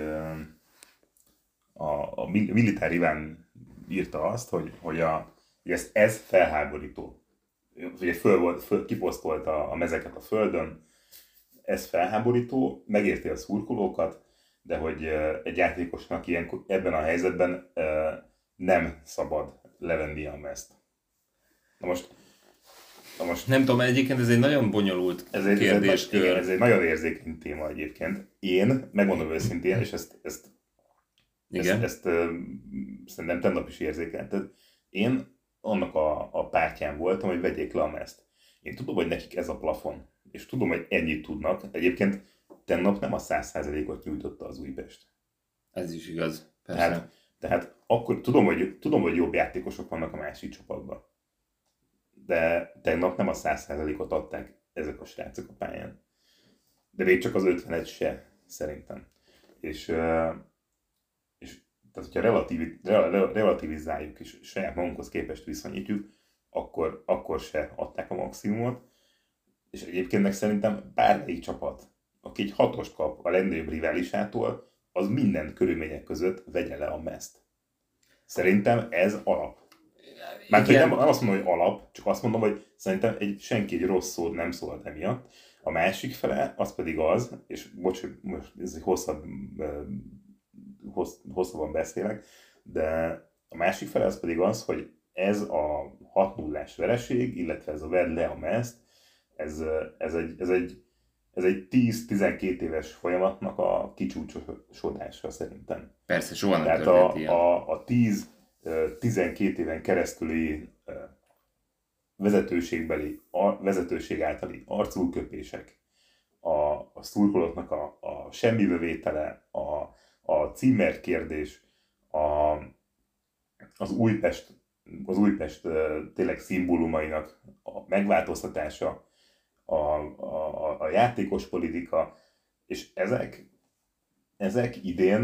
a Militár Iván írta azt, hogy ez felháborító. Ugye kiposztolta a mezeket a földön, ez felháborító, megérti a szurkolókat, de hogy egy játékosnak ebben a helyzetben nem szabad levenni a mezt. Na most nem tudom, egyébként ez egy nagyon bonyolult kérdéskör. Ez egy nagyon érzékeny téma egyébként. Én, megmondom őszintén, és ezt szerintem tegnap is érzékelted, én annak a pártján voltam, hogy vegyék le a mezt. Én tudom, hogy nekik ez a plafon, és tudom, hogy ennyit tudnak. Egyébként tegnap nem a 100%-ot nyújtotta az Újpest. Ez is igaz, persze. Tehát akkor tudom, hogy jobb játékosok vannak a másik csapatban. De tegnap nem a 100%-ot adták ezek a srácok a pályán. De még csak az 51 se, szerintem. És tehát, hogyha relativizáljuk és saját magunkhoz képest viszonyítjuk, akkor se adták a maximumot. És egyébként meg szerintem bármelyik csapat, aki egy 6-ost kap a legnagyobb riválisától, az minden körülmények között vegye le a mezt. Szerintem ez alap. Mert hogy nem azt mondom, hogy alap, csak azt mondom, hogy szerintem senki egy rossz szót nem szólt emiatt. A másik fele, az pedig az, és bocs, hogy most ez egy hosszabban beszélek, de a másik fele az pedig az, hogy ez a 6-0-ás vereség, illetve ez a vedd le a mezt, ez egy 10-12 éves folyamatnak a kicsúcsosodása szerintem. Persze, soha nem történt ilyen. Tehát a 10-12 éven keresztüli vezetőség általi arculköpések, a szurkolóknak a semmibevétele, a címer kérdés, az Újpest tényleg szimbólumainak a megváltoztatása, a játékos politika, és ezek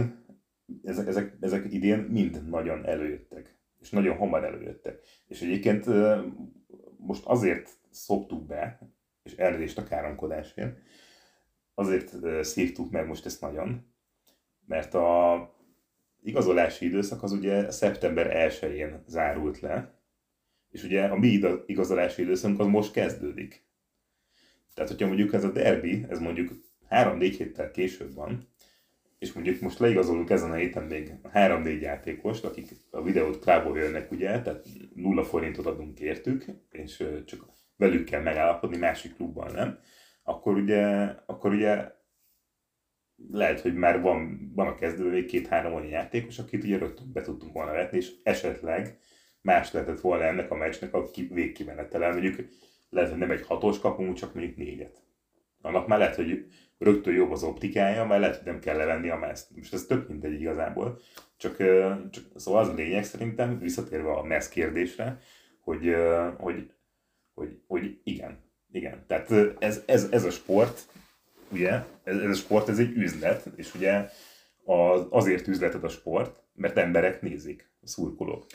idén mind nagyon előjöttek, és nagyon hamar előjöttek. És egyébként most azért szoptuk be, és elnézést a káromkodásért, azért szívtuk meg most ezt nagyon, mert a igazolási időszak az ugye szeptember 1-én zárult le, és ugye a mi igazolási időszakunk az most kezdődik. Tehát, hogyha mondjuk ez a derbi, ez mondjuk 3-4 héttel később van, és mondjuk most leigazolunk ezen a héten még 3-4 játékost, akik a Videout Clubból jönnek, ugye, tehát 0 forintot adunk értük, és csak velük kell megállapodni, másik klubban nem, akkor ugye lehet, hogy már van a kezdőben még 2-3 olyan játékos, akit ugye rögtön be tudtunk volna vetni, és esetleg más lehetett volna ennek a meccsnek a végkimenetele. Mondjuk lehet, hogy nem egy 6-os kapunk, csak mondjuk 4-et. Annak már lehet, hogy rögtön jobb az optikája, mert lehet, hogy nem kell levenni a mezt. Most ez több mindegy igazából. Csak szóval az a lényeg szerintem, visszatérve a mez kérdésre, hogy igen. Tehát ez a sport, ugye, ez a sport, ez egy üzlet, és ugye azért üzleted a sport, mert emberek nézik, a szurkolók.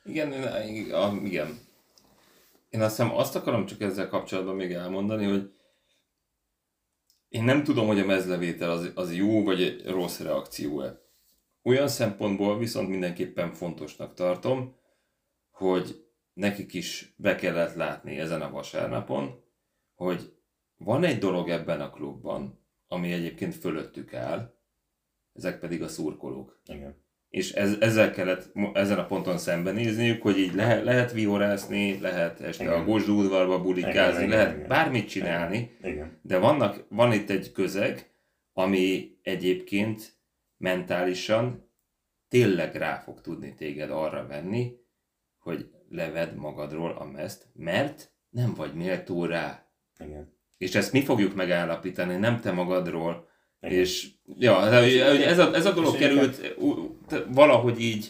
Igen, igen. Én azt hiszem, azt akarom csak ezzel kapcsolatban még elmondani, hogy én nem tudom, hogy a mezlevétel az jó vagy rossz reakció-e. Olyan szempontból viszont mindenképpen fontosnak tartom, hogy nekik is be kellett látni ezen a vasárnapon, hogy van egy dolog ebben a klubban, ami egyébként fölöttük áll, ezek pedig a szurkolók. Igen. És ezzel kellett ezen a ponton szembenézniük, hogy így lehet vihorászni, lehet este Igen. a Gosdú-udvarba bulikázni, lehet igen. bármit csinálni, Igen. de van itt egy közeg, ami egyébként mentálisan tényleg rá fog tudni téged arra venni, hogy levedd magadról a mezt, mert nem vagy méltó rá. Igen. És ezt mi fogjuk megállapítani, nem te magadról. Igen. És ja, ez a dolog került valahogy így,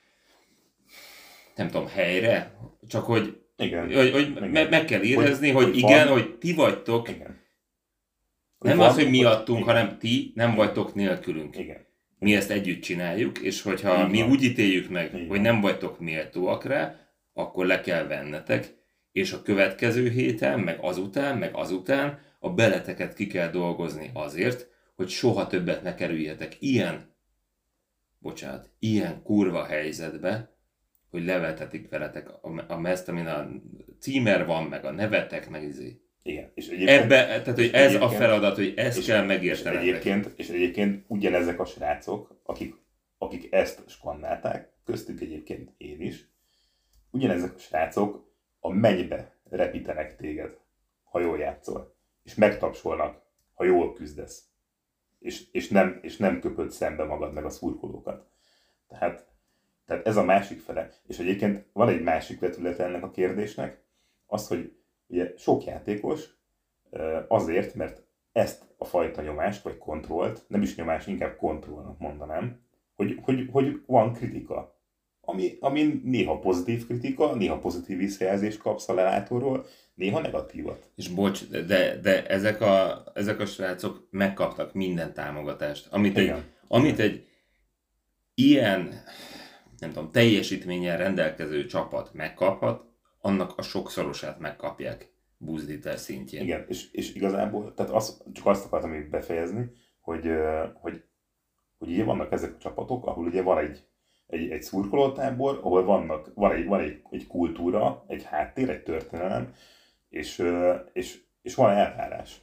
nem tudom, helyre, csak hogy, Igen. hogy meg kell érezni, hogy igen, hogy ti vagytok, Igen. nem az, hogy miattunk, hanem ti nem vagytok nélkülünk. Igen. Mi ezt együtt csináljuk, és hogyha Így mi van. úgy ítéljük meg, Így hogy van. nem vagytok méltóak rá, akkor le kell vennetek, és a következő héten, meg azután a beleteket ki kell dolgozni azért, hogy soha többet ne kerüljetek ilyen kurva helyzetbe, hogy levetetik veletek a mezt, amin a címer van, meg a nevetek, meg izé. Igen. És egyébként, Tehát, hogy ez a feladat, hogy ezt kell és megértenetek. egyébként ugyanezek a srácok, akik ezt skannálták, köztük egyébként én is, ugyanezek a srácok a mennybe repítenek téged, ha jól játszol. És megtapsolnak, ha jól küzdesz. És nem köpöd szembe magad meg a szurkolókat. Tehát ez a másik fele. És egyébként van egy másik vetülete ennek a kérdésnek, az, hogy ugye sok játékos azért, mert ezt a fajta nyomást, vagy kontrollt, nem is nyomás, inkább kontrollnak mondanám, hogy van kritika. Ami néha pozitív kritika, néha pozitív visszajelzést kapsz a lelátóról, néha negatívat. És bocs, de ezek a srácok megkaptak minden támogatást, amit egy ilyen, nem tudom, teljesítménnyel rendelkező csapat megkaphat, annak a sokszorosát megkapják buzdítás szintjén. Igen, és igazából, tehát csak azt akartam még befejezni, hogy ugye vannak ezek a csapatok, ahol ugye van egy szurkolótábor, ahol van egy kultúra, egy háttér, egy történelem, és van elvárás.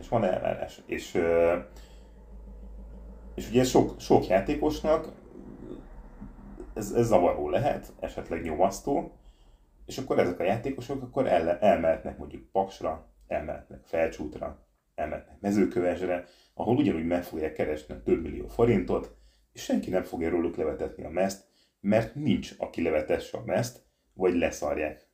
És ugye sok játékosnak ez zavaró lehet, esetleg nyomasztó, és akkor ezek a játékosok akkor elmehetnek mondjuk Paksra, elmehetnek Felcsútra, elmehetnek Mezőkövesdre, ahol ugyanúgy meg fogják keresni több millió forintot, és senki nem fogja róluk levetetni a mezt, mert nincs, aki levetesse a mezt, vagy leszarják.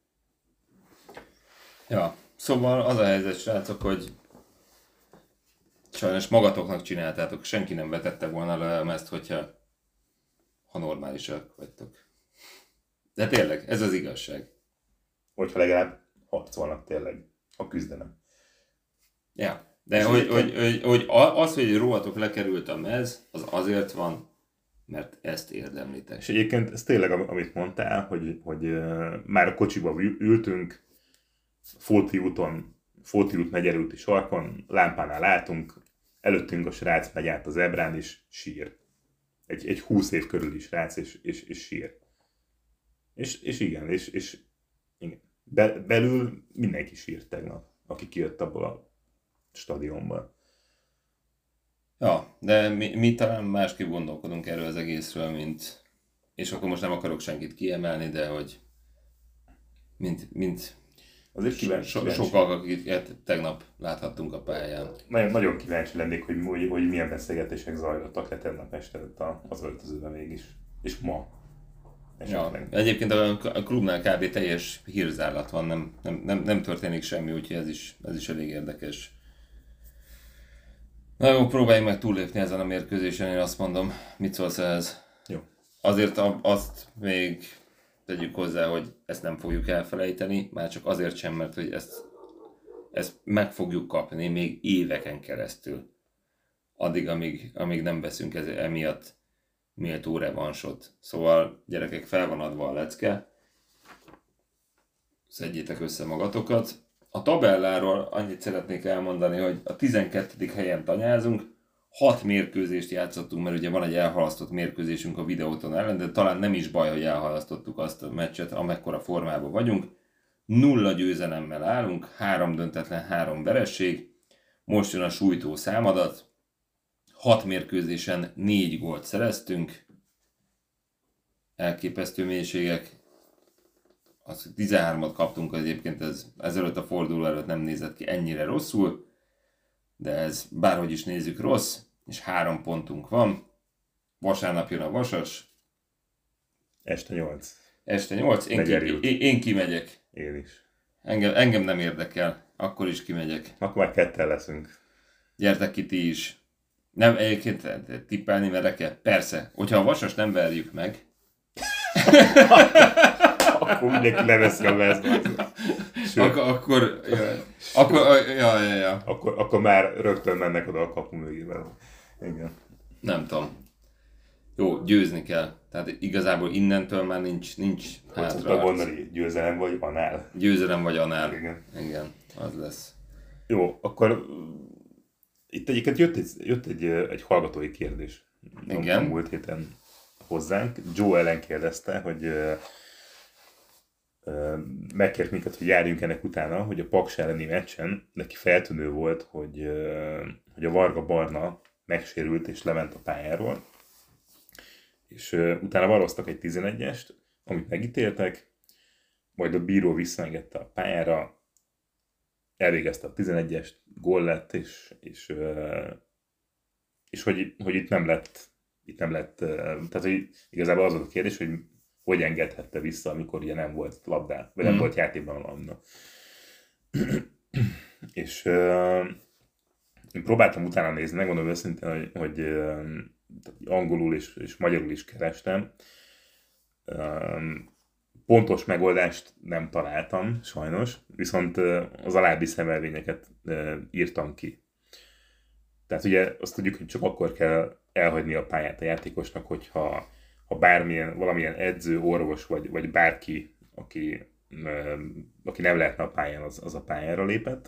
Ja, szóval az a helyzet, srácok, hogy sajnos magatoknak csináltátok, senki nem vetette volna le a mezt, ha normálisak vagytok. De tényleg, ez az igazság. Hogyha legalább harcolnak tényleg a küzdelem. Ja, de hogy rólatok lekerült a mez, az azért van, mert ezt érdemlitek. És egyébként ez tényleg, amit mondtál, hogy már a kocsiba ültünk, Fóti út Megyerúti sarkon, lámpánál álltunk, előttünk a srác megy át az ebrán, és sír. Egy 20 év körüli srác, és sír. És igen. Belül mindenki sírt tegnap, aki kijött abból a stadionból. Ja, de mi talán másképp gondolkodunk erről az egészről, mint... És akkor most nem akarok senkit kiemelni, de hogy... Mint Azért kíváncsi. Sokak, akiket tegnap láthattunk a pályán. Nagyon kíváncsi lennék, hogy milyen beszélgetések zajlottak le tegnap este az öltözőben mégis. És ma. Ja, egyébként a klubnál kb. Teljes hírzárlat van, nem történik semmi, úgyhogy ez is elég érdekes. Na jó, próbáljunk meg túllépni ezen a mérkőzésen, én azt mondom. Mit szólsz ehhez? Jó. Azért azt még tegyük hozzá, hogy ezt nem fogjuk elfelejteni, már csak azért sem, mert hogy ezt meg fogjuk kapni még éveken keresztül. Addig, amíg nem veszünk emiatt méltó revansot. Szóval gyerekek, fel van adva a lecke, szedjétek össze magatokat. A tabelláról annyit szeretnék elmondani, hogy a 12. helyen tanyázunk, 6 mérkőzést játszottunk, mert ugye van egy elhalasztott mérkőzésünk a Videóton ellen, de talán nem is baj, hogy elhalasztottuk azt a meccset, amekkora formában vagyunk. 0 győzelemmel állunk, 3 döntetlen, 3 vereség. Most jön a sújtó számadat. 6 mérkőzésen 4 gólt szereztünk. Elképesztő mélységek. Az, hogy 13-at kaptunk egyébként, ez ezelőtt a forduló előtt nem nézett ki ennyire rosszul. De ez bárhogy is nézzük rossz, és 3 pontunk van. Vasárnap jön a Vasas. Este 8. Este 8, én kimegyek. Én is. Engem nem érdekel, akkor is kimegyek. Akkor már ketten leszünk. Gyertek ki ti is. Nem, egyébként tippelni merek-e? Persze, hogyha a Vasas nem verjük meg. Akkor mindenki leveszi a vezet. Akkor már rögtön mennek oda a kapu mögével. Igen. Nem tudom. Jó, győzni kell. Tehát igazából innentől már nincs Hogy szoktam mondani, győzelem vagy anál. Győzelem vagy anál. Igen, az lesz. Jó, akkor itt egyébként jött egy hallgatói kérdés. Igen. Múlt héten hozzánk. Joe Ellen kérdezte, hogy megkért minket, hogy járjunk ennek utána, hogy a Paks elleni meccsen neki feltűnő volt, hogy a Varga Barna megsérült és lement a pályáról. És utána varoztak egy 11-est, amit megítéltek, majd a bíró visszaengedte a pályára, elvégezte a 11-est, gól lett, és hogy itt nem lett, tehát hogy igazából az volt a kérdés, hogy engedhette vissza, amikor ugye nem volt labdá, vagy nem volt játékban a labda. És én próbáltam utána nézni, megmondom őszintén, hogy angolul és magyarul is kerestem. Pontos megoldást nem találtam, sajnos, viszont az alábbi szemelvényeket írtam ki. Tehát ugye azt tudjuk, hogy csak akkor kell elhagyni a pályát a játékosnak, hogyha valamilyen edző, orvos vagy bárki, aki nem lehetne a pályán, az a pályára lépett.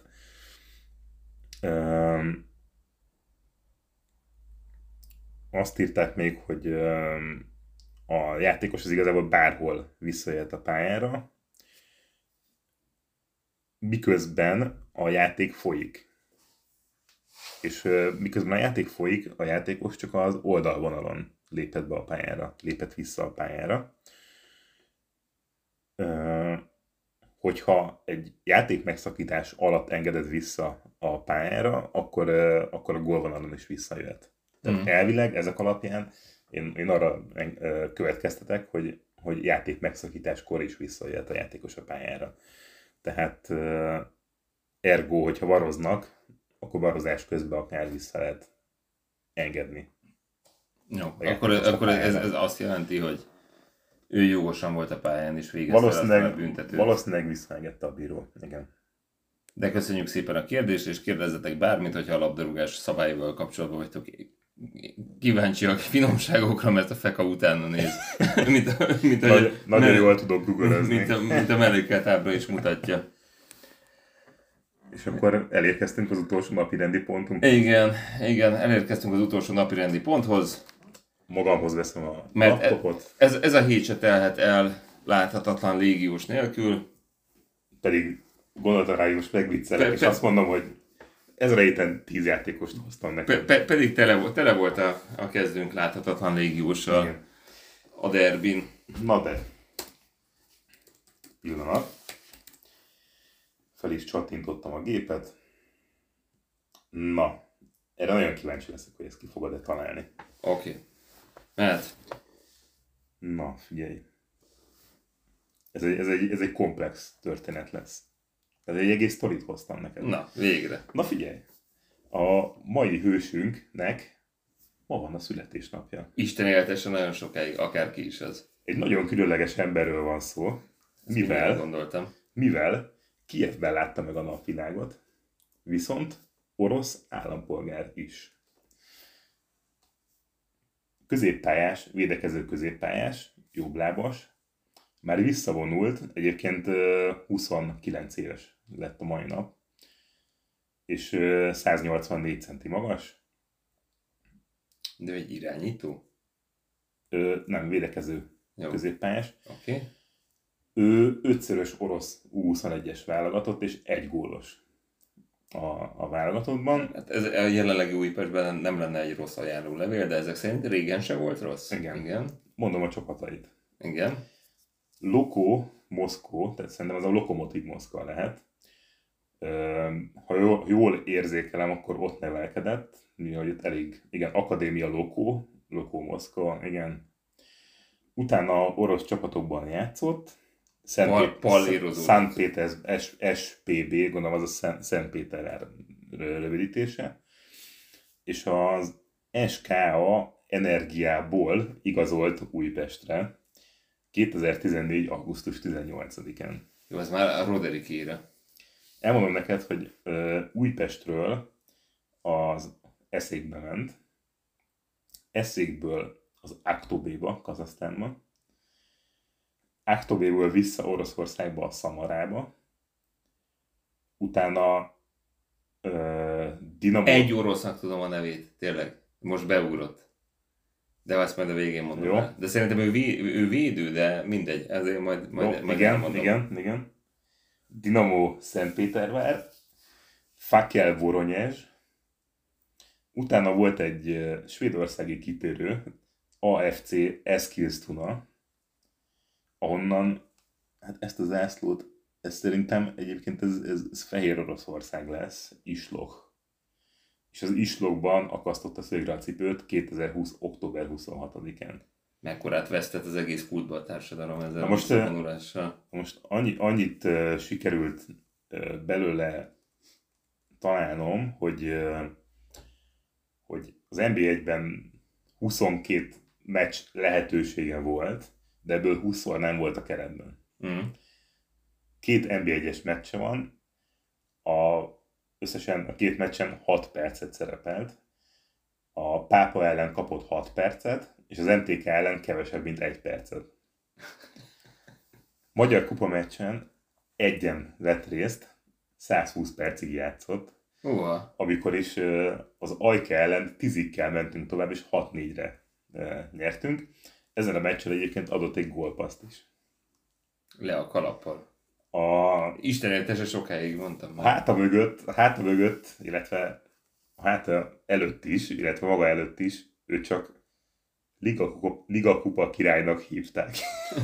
Azt írták még, hogy a játékos az igazából bárhol visszajöhet a pályára, miközben a játék folyik. És miközben a játék folyik, a játékos csak az oldalvonalon lépett be a pályára, lépett vissza a pályára. Hogyha egy játék megszakítás alatt engeded vissza a pályára, akkor a gólvonalon is visszajöhet. Tehát elvileg ezek alapján én arra következtetek, hogy játék megszakításkor is visszajöhet a játékos a pályára. Tehát ergo, hogyha varoznak, akkor varozás közben akár vissza lehet engedni. Jó, akkor ez azt jelenti, hogy ő jogosan volt a pályán és végezte a büntetőt. Valószínűleg visszaengedte a bíró, igen. De köszönjük szépen a kérdést, és kérdezzetek bármit, hogyha a labdarúgás szabályával kapcsolatban vagytok kíváncsiak finomságokra, mert a Feka utána néz. Nagyon jól tudok googlezni. Mint a mellékelt ábra is mutatja. És akkor elérkeztünk az utolsó napirendi pontunk. Igen, elérkeztünk az utolsó napirendi ponthoz. Magamhoz veszem a laptopot. Ez a hét se telhet el láthatatlan légiós nélkül. Pedig gondoltam rá, hogy most megviccelek, és azt mondom, hogy ezen a héten 10 játékost hoztam neked. Pedig tele volt a kezdőnk láthatatlan légióssal. Igen. A derbin. Na de. Pillanat. Fel is csattintottam a gépet. Na. Erre nagyon kíváncsi leszek, hogy ezt ki fogod-e találni. Oké. Mehet. Na, figyelj. Ez egy komplex történet lesz. Ez egy egész sztorit hoztam neked. Na, végre. Na figyelj. A mai hősünknek ma van a születésnapja. Isten éltesse nagyon sokáig, akárki is ez. Egy nagyon különleges emberről van szó. Mivel Kijevben látta meg a napvilágot, viszont orosz állampolgár is. Középpályás, védekező középpályás, jobblábas, Már visszavonult, egyébként 29 éves lett a mai nap, és 184 centi magas. De egy irányító? Nem, védekező középpályás. Oké. Ő 5-szörös orosz U21-es válogatott, és 1 gólos a válogatottban. Hát ez a jelenlegi Újpestben nem lenne egy rossz ajánlólevél, de ezek szerint régen se volt rossz. Igen. Mondom a csapatait. Igen. Loko Moszkó, tehát szerintem az a Lokomotív Moszkva lehet. Ha jól érzékelem, akkor ott nevelkedett, mivel itt elég, igen, Akadémia Loko Moszkva, igen. Utána orosz csapatokban játszott, Szent Péter SPB, gondolom az a Szent Péter rövidítése, és az SKA Energiából igazolt Újpestre 2014. augusztus 18-án. Jó, ez már a Roderick-ére. Elmondom neked, hogy Újpestről az Eszékbe ment, Eszékből az Aktobéba, Kazahsztánba, Aktobéból vissza Oroszországba, a Szamarába, utána Dinamo... Egy orosznak tudom a nevét, tényleg. Most beugrott. De azt majd a végén mondom. Jó. De szerintem ő védő, de mindegy. Ezért majd igen. Dinamo Szentpétervár, Fakel Voronyezs, utána volt egy svédországi kitérő, AFC Eskilstuna, ahonnan, hát ezt a zászlót, ez szerintem egyébként ez Fehér Oroszország lesz, Islok. És az Islokban akasztotta szögre a cipőt 2020. október 26-án. Mekkorát vesztett az egész futballtársadalom ezzel a visszavonulással. Most annyit sikerült belőle találnom, hogy az NB1-ben 22 meccs lehetősége volt, de ebből 20 nem volt a keretben. Mm. 2 NB1-es meccse van, összesen a 2 meccsen 6 percet szerepelt. A Pápa ellen kapott 6 percet, és az MTK ellen kevesebb, mint 1 percet. Magyar kupa meccsen egyen vett részt, 120 percig játszott, amikor is az Ajka ellen 10-kkel mentünk tovább, és 6-4-re nyertünk. Ezen a meccsen egyébként adott egy gólpaszt is. Le a kalappal. Isten éltese sokáig mondtam. A háta mögött, illetve a háta előtt is, illetve maga előtt is, ő csak Liga Kupa királynak hívták.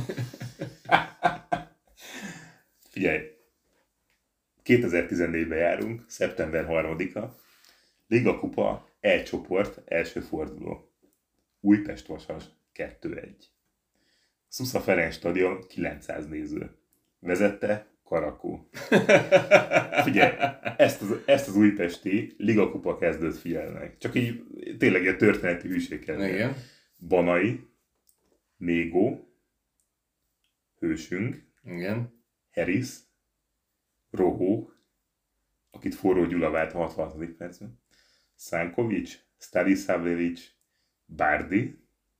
Figyelj, 2014-ben járunk, szeptember 3-a, Liga Kupa E csoport, első forduló. Újpest-Vasas 2-1. Szusza Ferenc stadion 900 néző. Vezette Karakó. Figyelj, ezt az újpesti Liga Kupa kezdőt figyelnek. Csak így tényleg egy történeti hűségkel. Igen. Banai, Mégó, hősünk, igen. Harris, Rohó, akit Forró Gyula vált a 66. percben, Szánkovics, Staniszavljevics, Bárdi,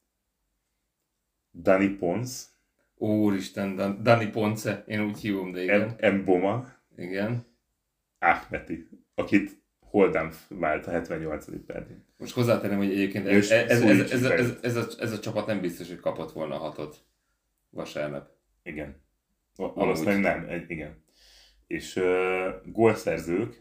Dani Pons, Úristen, Dani Ponce, én úgy hívom, de igen. Mboma, igen. Ahmeti, akit Holdám vált a 78. percben. Most hozzátenem, hogy egyébként ez a csapat nem biztos, hogy kapott volna a 6-ot vasárnap. Igen. Valószínűleg nem, igen. És gólszerzők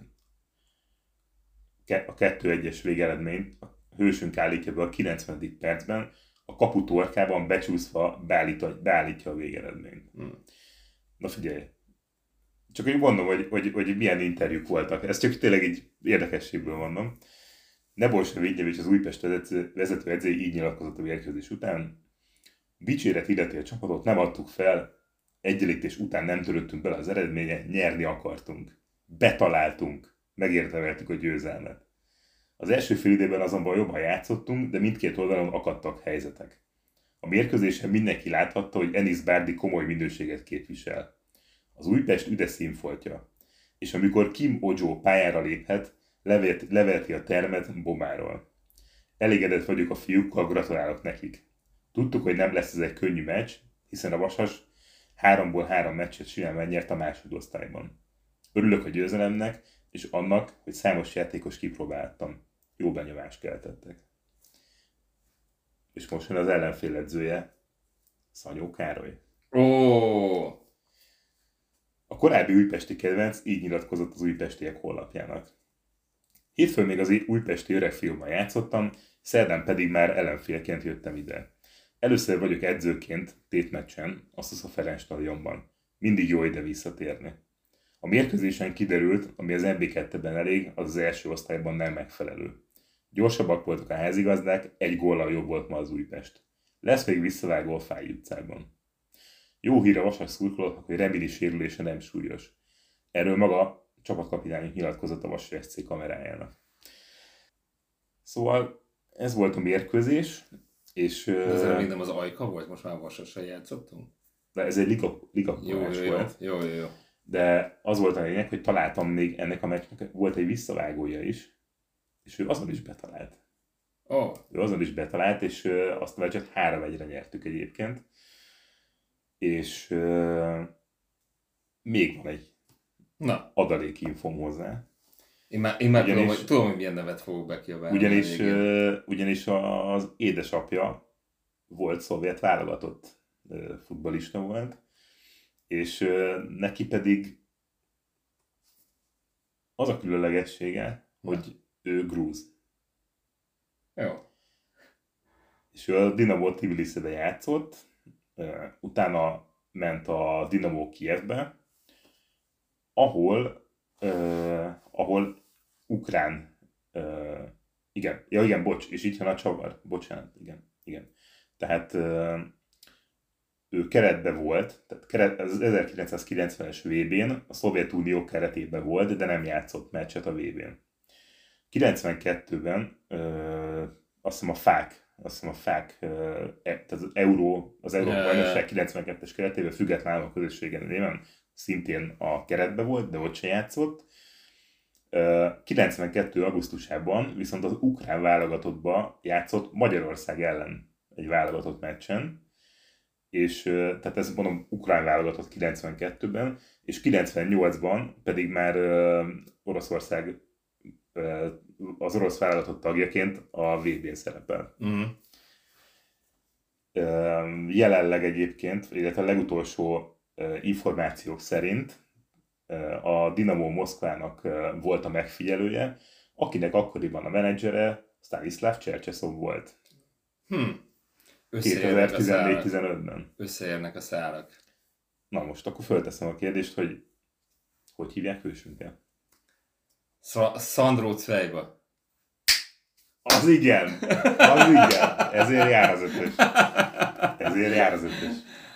a 2-1-es végeredményt a hősünk állítja be a 90. percben, a kapu torkában becsúszva beállítja a végeredményt. Na figyelj, csak úgy mondom, hogy milyen interjúk voltak. Ez csak tényleg így érdekességből mondom. Nebojsa Vigyevics, az Újpest vezetőedző így nyilatkozott a mérkőzés után. Dicséret illeti a csapatot, nem adtuk fel, egyenlítés után nem törődtünk bele az eredménye, nyerni akartunk. Betaláltunk, megérdemeltük a győzelmet. Az első fél időben azonban jobban játszottunk, de mindkét oldalon akadtak helyzetek. A mérkőzésen mindenki láthatta, hogy Enis Bárdi komoly minőséget képvisel. Az Újpest üde színfoltja, és amikor Kim Ojo pályára léphet, leverti a termet Bomáról. Elégedett vagyok a fiúkkal, gratulálok nekik. Tudtuk, hogy nem lesz ez egy könnyű meccs, hiszen a Vasas 3-ból 3 meccset simán megnyert a másodosztályban. Örülök a győzelemnek, és annak, hogy számos játékos kipróbáltam. Jó benyomást keltettek. És most jön az ellenfél edzője, Szanyó Károly. Ó! A korábbi újpesti kedvenc így nyilatkozott az újpestiek honlapjának. Hétfőn még az újpesti öregfiúban játszottam, szerdán pedig már ellenfélként jöttem ide. Először vagyok edzőként tétmeccsen, azt a Ferenc stadionban. Mindig jó ide visszatérni. A mérkőzésen kiderült, ami az MB2-ben elég, az első osztályban nem megfelelő. Gyorsabbak voltak a házigazdák, 1 góllal jobb volt ma az Újpest. Lesz még visszavágó a Fáy utcában. Jó hír a Vasas szurkolóknak, hogy Remili sérülése nem súlyos. Erről maga a csapatkapitány nyilatkozott a Vasas SC kamerájának. Szóval ez volt a mérkőzés, és... Ez még nem az Ajka volt? Most már Vasassal játszottunk? De ez egy liga volt. Jó. De az volt a lényeg, hogy találtam még ennek a meccsnek, volt egy visszavágója is, és ő azon is betalált. Ő azon is betalált, és azt a meccset 3-1-re nyertük egyébként. És még van egy adalékinfom hozzá. Én már tudom, hogy milyen nevet fogok bekiabálni. Ugyanis az édesapja volt szovjet válogatott futballista volt, és neki pedig az a különlegessége, hogy ő grúz. Jó. És ő a Dinamo Tbilisibe játszott, utána ment a Dinamo Kijevbe, ahol ukrán, és itt jön a csavar, bocsánat, igen. Tehát ő keretbe volt, tehát az 1990-es VB-n a Szovjetunió keretében volt, de nem játszott meccset a VB-n. 92-ben azt hiszem a FÁK, tehát az Európa Bajnokság 92-es keretében független államok közösségen néven szintén a keretbe volt, de ott se játszott. 92. augusztusában viszont az ukrán válogatottba játszott Magyarország ellen egy válogatott meccsen, és tehát ez mondom ukrán válogatott 92-ben, és 98-ban pedig már Oroszország az orosz válogatott tagjaként a VB-n szerepel. Jelenleg egyébként, illetve a legutolsó információk szerint a Dinamo Moszkvának volt a megfigyelője, akinek akkoriban a menedzsere Stanislav Csercseszov volt. 2014-15-ben. Összeérnek a szálak. Na most akkor fölteszem a kérdést, hogy hívják hősünket? Szandró Cvejba. Az igen! Ezért jár az ötös.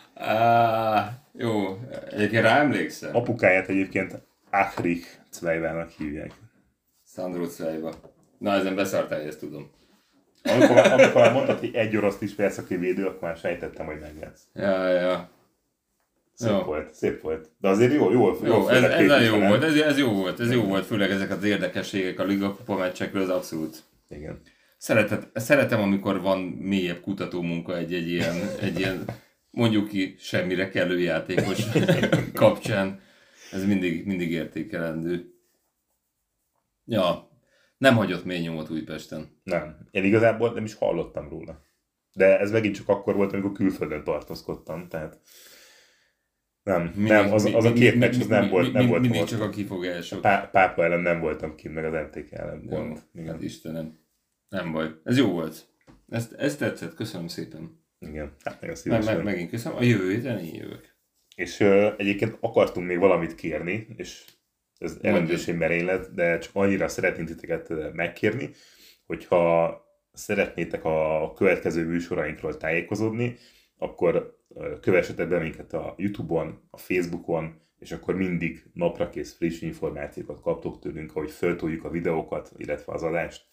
Jó, egyébként rá emlékszem. Apukáját egyébként Achrich Cvejvának hívják. Szandró Cvejba. Na, ezen beszartál, hogy ezt tudom. Amikor mondtad, hogy egy oroszt is persze, aki védő, akkor már sejtettem, hogy meg lesz. Ja. Szép volt. De azért jó ez jó volt. Ez jó volt, főleg ezek az érdekességek a ligakupa meccsekről, az abszolút. Igen. Szeretem, amikor van mélyebb kutatómunka egy ilyen mondjuk ki semmire kellő játékos kapcsán. Ez mindig értékelendő. Ja, nem hagyott mély nyomot Újpesten. Nem. Én igazából nem is hallottam róla. De ez megint csak akkor volt, amikor külföldön tartózkodtam, tehát az a két meccs nem volt. Mindig csak a kifogások. Pápa ellen nem voltam kint, meg az MTK ellen pont. Hát Istenem. Nem baj. Ez jó volt. Ez tetszett. Köszönöm szépen. Igen. Hát nagyon szívesen. Megint köszönöm. A jövő héten én jövök. És egyébként akartunk még valamit kérni, és ez elemzőség merénylet, de csak annyira szeretnénk titeket megkérni, hogyha szeretnétek a következő műsorainkról tájékozódni, akkor kövessetek be minket a YouTube-on, a Facebookon, és akkor mindig naprakész friss információkat kaptok tőlünk, ahogy föltoljuk a videókat, illetve az adást,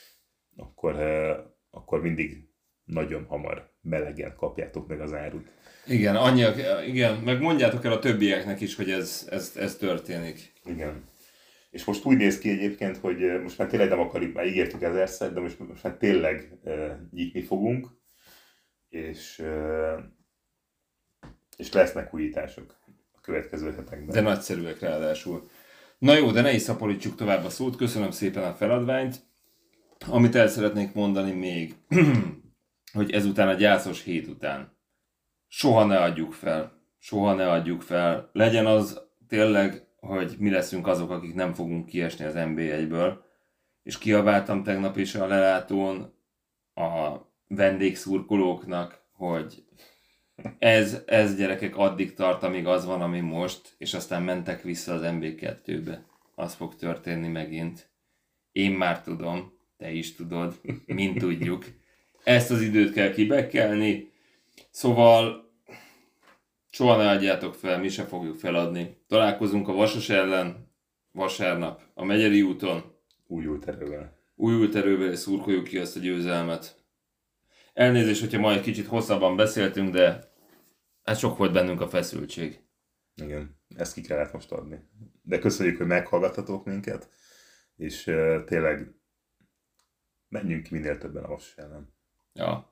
akkor mindig nagyon hamar melegen kapjátok meg az árut. Igen, meg mondjátok el a többieknek is, hogy ez történik. Igen. És most úgy néz ki egyébként, hogy most már tényleg nem akarjuk, már ígértük ezerszer, de most már tényleg nyitni fogunk, és És lesznek újítások a következő hetekben. De nagyszerűek ráadásul. Na jó, de ne is szaporítsuk tovább a szót. Köszönöm szépen a feladványt. Amit el szeretnék mondani még, hogy ezután a gyászos hét után soha ne adjuk fel. Soha ne adjuk fel. Legyen az tényleg, hogy mi leszünk azok, akik nem fogunk kiesni az NB1-ből. És kiabáltam tegnap is a lelátón a vendégszurkolóknak, hogy ez gyerekek addig tart, amíg az van, ami most, és aztán mentek vissza az MB2-be. Az fog történni megint. Én már tudom, te is tudod, mint tudjuk. Ezt az időt kell kibekkelni, szóval soha ne adjátok fel, mi se fogjuk feladni. Találkozunk a Vasas ellen vasárnap a Megyeri úton. Újult erővel. Újult erővel, és szurkoljuk ki azt a győzelmet. Elnézést, hogyha majd kicsit hosszabban beszéltünk, de hát sok volt bennünk a feszültség. Igen, ezt ki kellett most adni. De köszönjük, hogy meghallgattatok minket, és tényleg menjünk ki minél többen a Vasas ellen. Ja.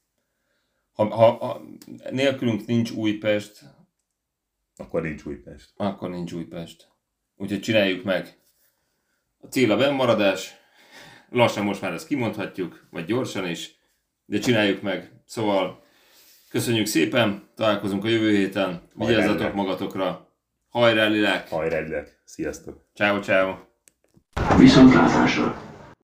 Ha nélkülünk nincs Újpest, Akkor nincs Újpest. akkor nincs Újpest. Úgyhogy csináljuk meg. A cél a bennmaradás. Lassan most már ezt kimondhatjuk, vagy gyorsan is, de csináljuk meg. Szóval köszönjük szépen, találkozunk a jövő héten. Vigyázzatok magatokra. Hajrá, Lilák! Hajrá, Lilák! Sziasztok! Ciao, ciao. Viszontlátásra!